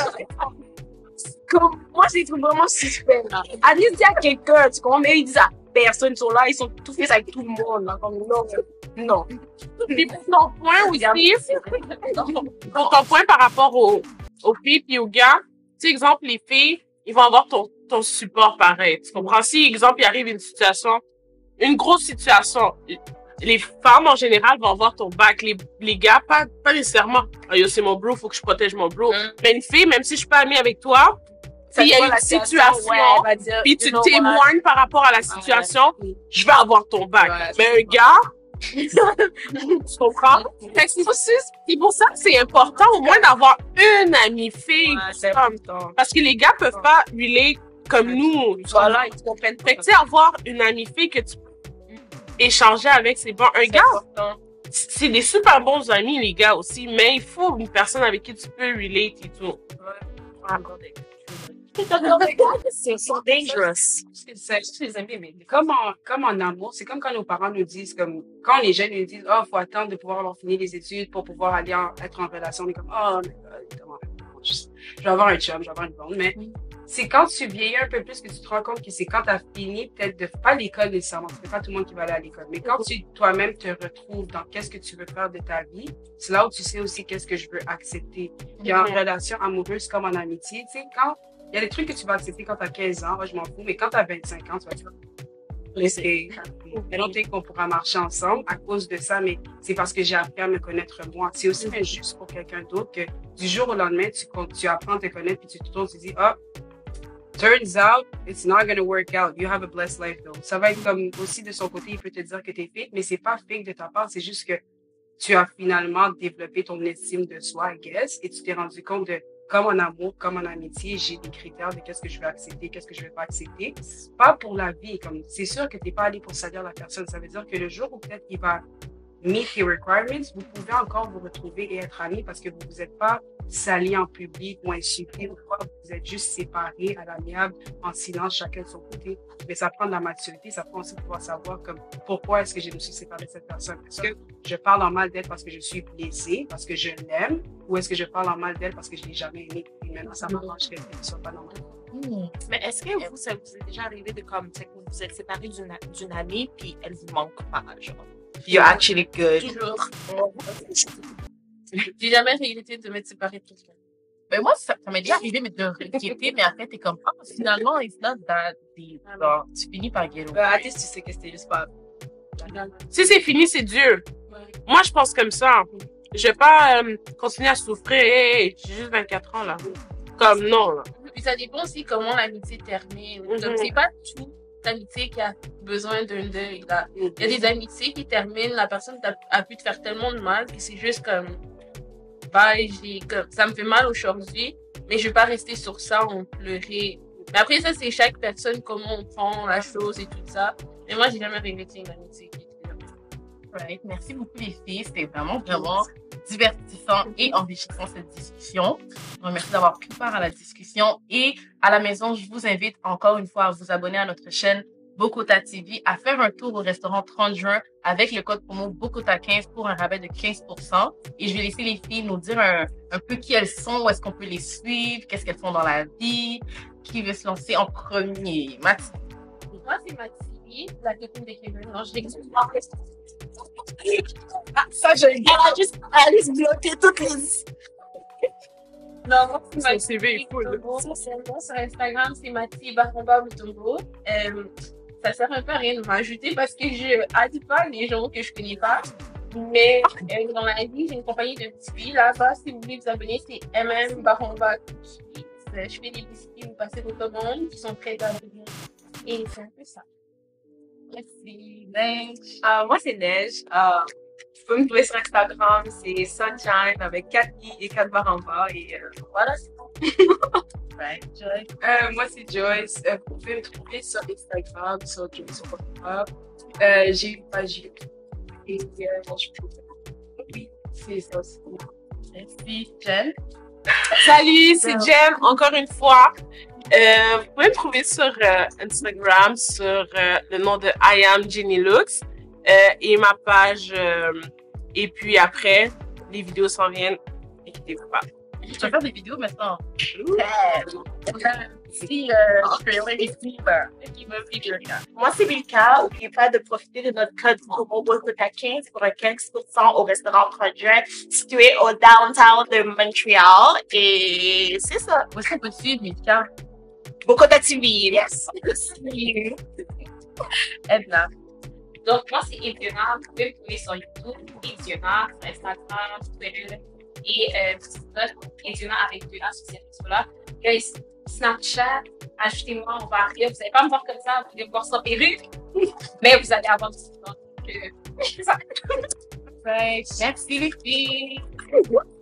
Comme, moi, je les trouve vraiment suspects, là. At least, dis à quelqu'un, tu comprends, mais eux, ils disent à personne, ils sont là, ils sont tout faits avec tout le monde, là, comme, non, non. Puis pour ton point aussi, pour ton point par rapport aux, aux filles puis aux gars, tu sais, exemple, les filles, ils vont avoir ton, ton support pareil. Tu comprends? Si, exemple, il arrive une situation, une grosse situation, les femmes en général vont avoir ton bac. Les, les gars, pas, pas nécessairement. Ah, yo, c'est mon bro, faut que je protège mon bro. Mm. Mais une fille, même si je suis pas amie avec toi, Ça s'il y a dépend une la situation, ouais, elle va dire, puis you tu know what? témoignes par rapport à la situation, Oui. je vais avoir ton bac. Ouais, Mais un gars, Tu comprends? Fait que c'est aussi- c'est pour ça que c'est important au moins d'avoir une amie fille. Ouais, c'est comme- important. Parce que les gars peuvent pas relate comme nous. Voilà, ils comprennent. Fait que tu sais, avoir une amie fille que tu peux échanger avec, c'est bon. Un C'est gars, important. c'est des super bons amis, les gars aussi, mais il faut une personne avec qui tu peux relate et tout. C'est so dangerous. C'est ça, je les aime bien, mais comme en, comme en amour, c'est comme quand nos parents nous disent, comme, quand on est jeunes, ils nous disent, oh, faut attendre de pouvoir avoir fini les études pour pouvoir aller en- être en relation. On est comme, oh, my God, comment, je, je vais avoir un chum, je vais avoir une blonde. Mais c'est quand tu vieillis un peu plus que tu te rends compte que c'est quand tu as fini, peut-être, de, pas l'école nécessairement, c'est pas tout le monde qui va aller à l'école, mais quand tu, toi-même, te retrouves dans qu'est-ce que tu veux faire de ta vie, c'est là où tu sais aussi qu'est-ce que je veux accepter. Puis en relation amoureuse comme en amitié, tu sais, quand il y a des trucs que tu vas accepter quand tu as quinze ans, moi, je m'en fous, mais quand tu as vingt-cinq ans, tu vas dire, laisser. I don't think qu'on pourra marcher ensemble à cause de ça, mais c'est parce que j'ai appris à me connaître moi. C'est aussi injuste pour quelqu'un d'autre que du jour au lendemain, tu, tu apprends à te connaître puis tu te tournes, tu te dis, oh, turns out, it's not gonna work out. You have a blessed life though. Ça va être comme aussi de son côté, il peut te dire que t'es fake, mais c'est pas fake de ta part, c'est juste que tu as finalement développé ton estime de soi, I guess, et tu t'es rendu compte de, comme en amour, comme en amitié, j'ai des critères de qu'est-ce que je veux accepter, qu'est-ce que je veux pas accepter. Pas pour la vie, comme, c'est sûr que t'es pas allé pour salir la personne. Ça veut dire que le jour où peut-être il va meet your requirements, vous pouvez encore vous retrouver et être amis parce que vous vous êtes pas sali en public ou insulté ou quoi. Vous êtes juste séparés à l'amiable, en silence, chacun de son côté. Mais ça prend de la maturité, ça prend aussi de pouvoir savoir comme, pourquoi est-ce que je me suis séparée de cette personne? Est-ce que je parle en mal d'elle parce que je suis blessée, parce que je l'aime, ou est-ce que je parle en mal d'elle parce que je l'ai jamais aimée et maintenant ça m'arrange qu'elle ne soit pas dans ma vie? Mais est-ce que vous, ça vous est déjà arrivé de comme, tu sais, que vous vous êtes séparés d'une d'une amie puis elle vous manque pas, genre? You're actually good. Toujours. J'ai jamais regretté de m'être séparée de quelqu'un. Ben moi, ça, ça m'est déjà arrivé mais de regretter, mais après, t'es comme, ah, finalement, it's not that deep. Genre, tu finis par get over. Bah, à tu sais que c'était juste pas. Si c'est fini, c'est dur. Moi, je pense comme ça. Je vais pas euh, continuer à souffrir. Hey, hey, j'ai juste vingt-quatre ans, là. Comme, non, là. Puis ça dépend aussi comment l'amitié termine. Mhm. Comme c'est pas tout l'amitié qui a besoin d'un deuil. Là. Il y a des amitiés qui terminent, la personne a, a pu te faire tellement de mal que c'est juste comme, bye, j'ai, comme, ça me fait mal aujourd'hui, mais je vais pas rester sur ça, on pleurer. Mais après ça, c'est chaque personne, comment on prend la chose et tout ça. Mais moi, j'ai jamais regretté une amitié qui était terminée. Right. Merci beaucoup les filles, c'était vraiment, vraiment divertissant et enrichissant cette discussion. Donc, merci d'avoir pris part à la discussion et à la maison, je vous invite encore une fois à vous abonner à notre chaîne Bokota T V, à faire un tour au restaurant trente juin avec le code promo Bokota quinze pour un rabais de quinze pour cent. Et je vais laisser les filles nous dire un, un peu qui elles sont, où est-ce qu'on peut les suivre, qu'est-ce qu'elles font dans la vie, qui veut se lancer en premier. Mathilde. Moi, c'est Mathilde, la copine de Kevin. Non, je l'excuse. Ça, je Elle a juste, elle a juste bloqué toutes les. Non, moi, c'est Son Mathilde. C V est full. Mutombo. Sur Instagram, c'est Mathilde Baromba Mutombo. Euh, ça sert un peu à rien de m'ajouter parce que je aide pas les gens que je connais pas. Mais euh, dans la vie, j'ai une compagnie de biscuits. Là-bas, si vous voulez vous abonner, c'est M M Baromba Cookies. Euh, Je fais des biscuits, vous passez vos commandes qui sont prêts à venir. Et c'est un peu ça. Merci. Neige. Euh, moi, c'est Neige. Euh, tu peux me trouver sur Instagram, c'est Sunshine avec quatre i et quatre barres en bas. Et euh, voilà, c'est tout. Right. Joy. Euh, moi, c'est Joyce. Euh, vous pouvez me trouver sur Instagram, sur Joyce Okokra. Euh, j'ai une page YouTube. Et euh, je peux... Oui, c'est ça aussi. Merci. Jen. Salut, c'est Jem, encore une fois. Euh, vous pouvez me trouver sur euh, Instagram sur euh, le nom de I am Jenny Lux euh, et ma page. Euh, et puis après, les vidéos s'en viennent. Inquiétez-vous pas. Je vais faire des vidéos maintenant. Si euh, je peux y ici, qui me figure. Moi, c'est Milka. N'oubliez pas de profiter de notre code promo Bokota quinze pour un quinze pour cent au restaurant trente juin situé au downtown de Montréal. Et c'est ça. Où est-ce qu'on peut te suivre, Mika? Bokota T V. Yes. Edna. Donc, moi, c'est Ediona. Vous pouvez me trouver sur YouTube, Ediona, sur Instagram, Twitter et euh, TikTok. Ediona avec deux A sur ces réseaux-là. Guys, Snapchat, ajoutez-moi, on va rire. Vous n'allez pas me voir comme ça, vous allez me voir sans perruque. Mais vous allez avoir du temps. Donc, euh, Right. Merci les filles.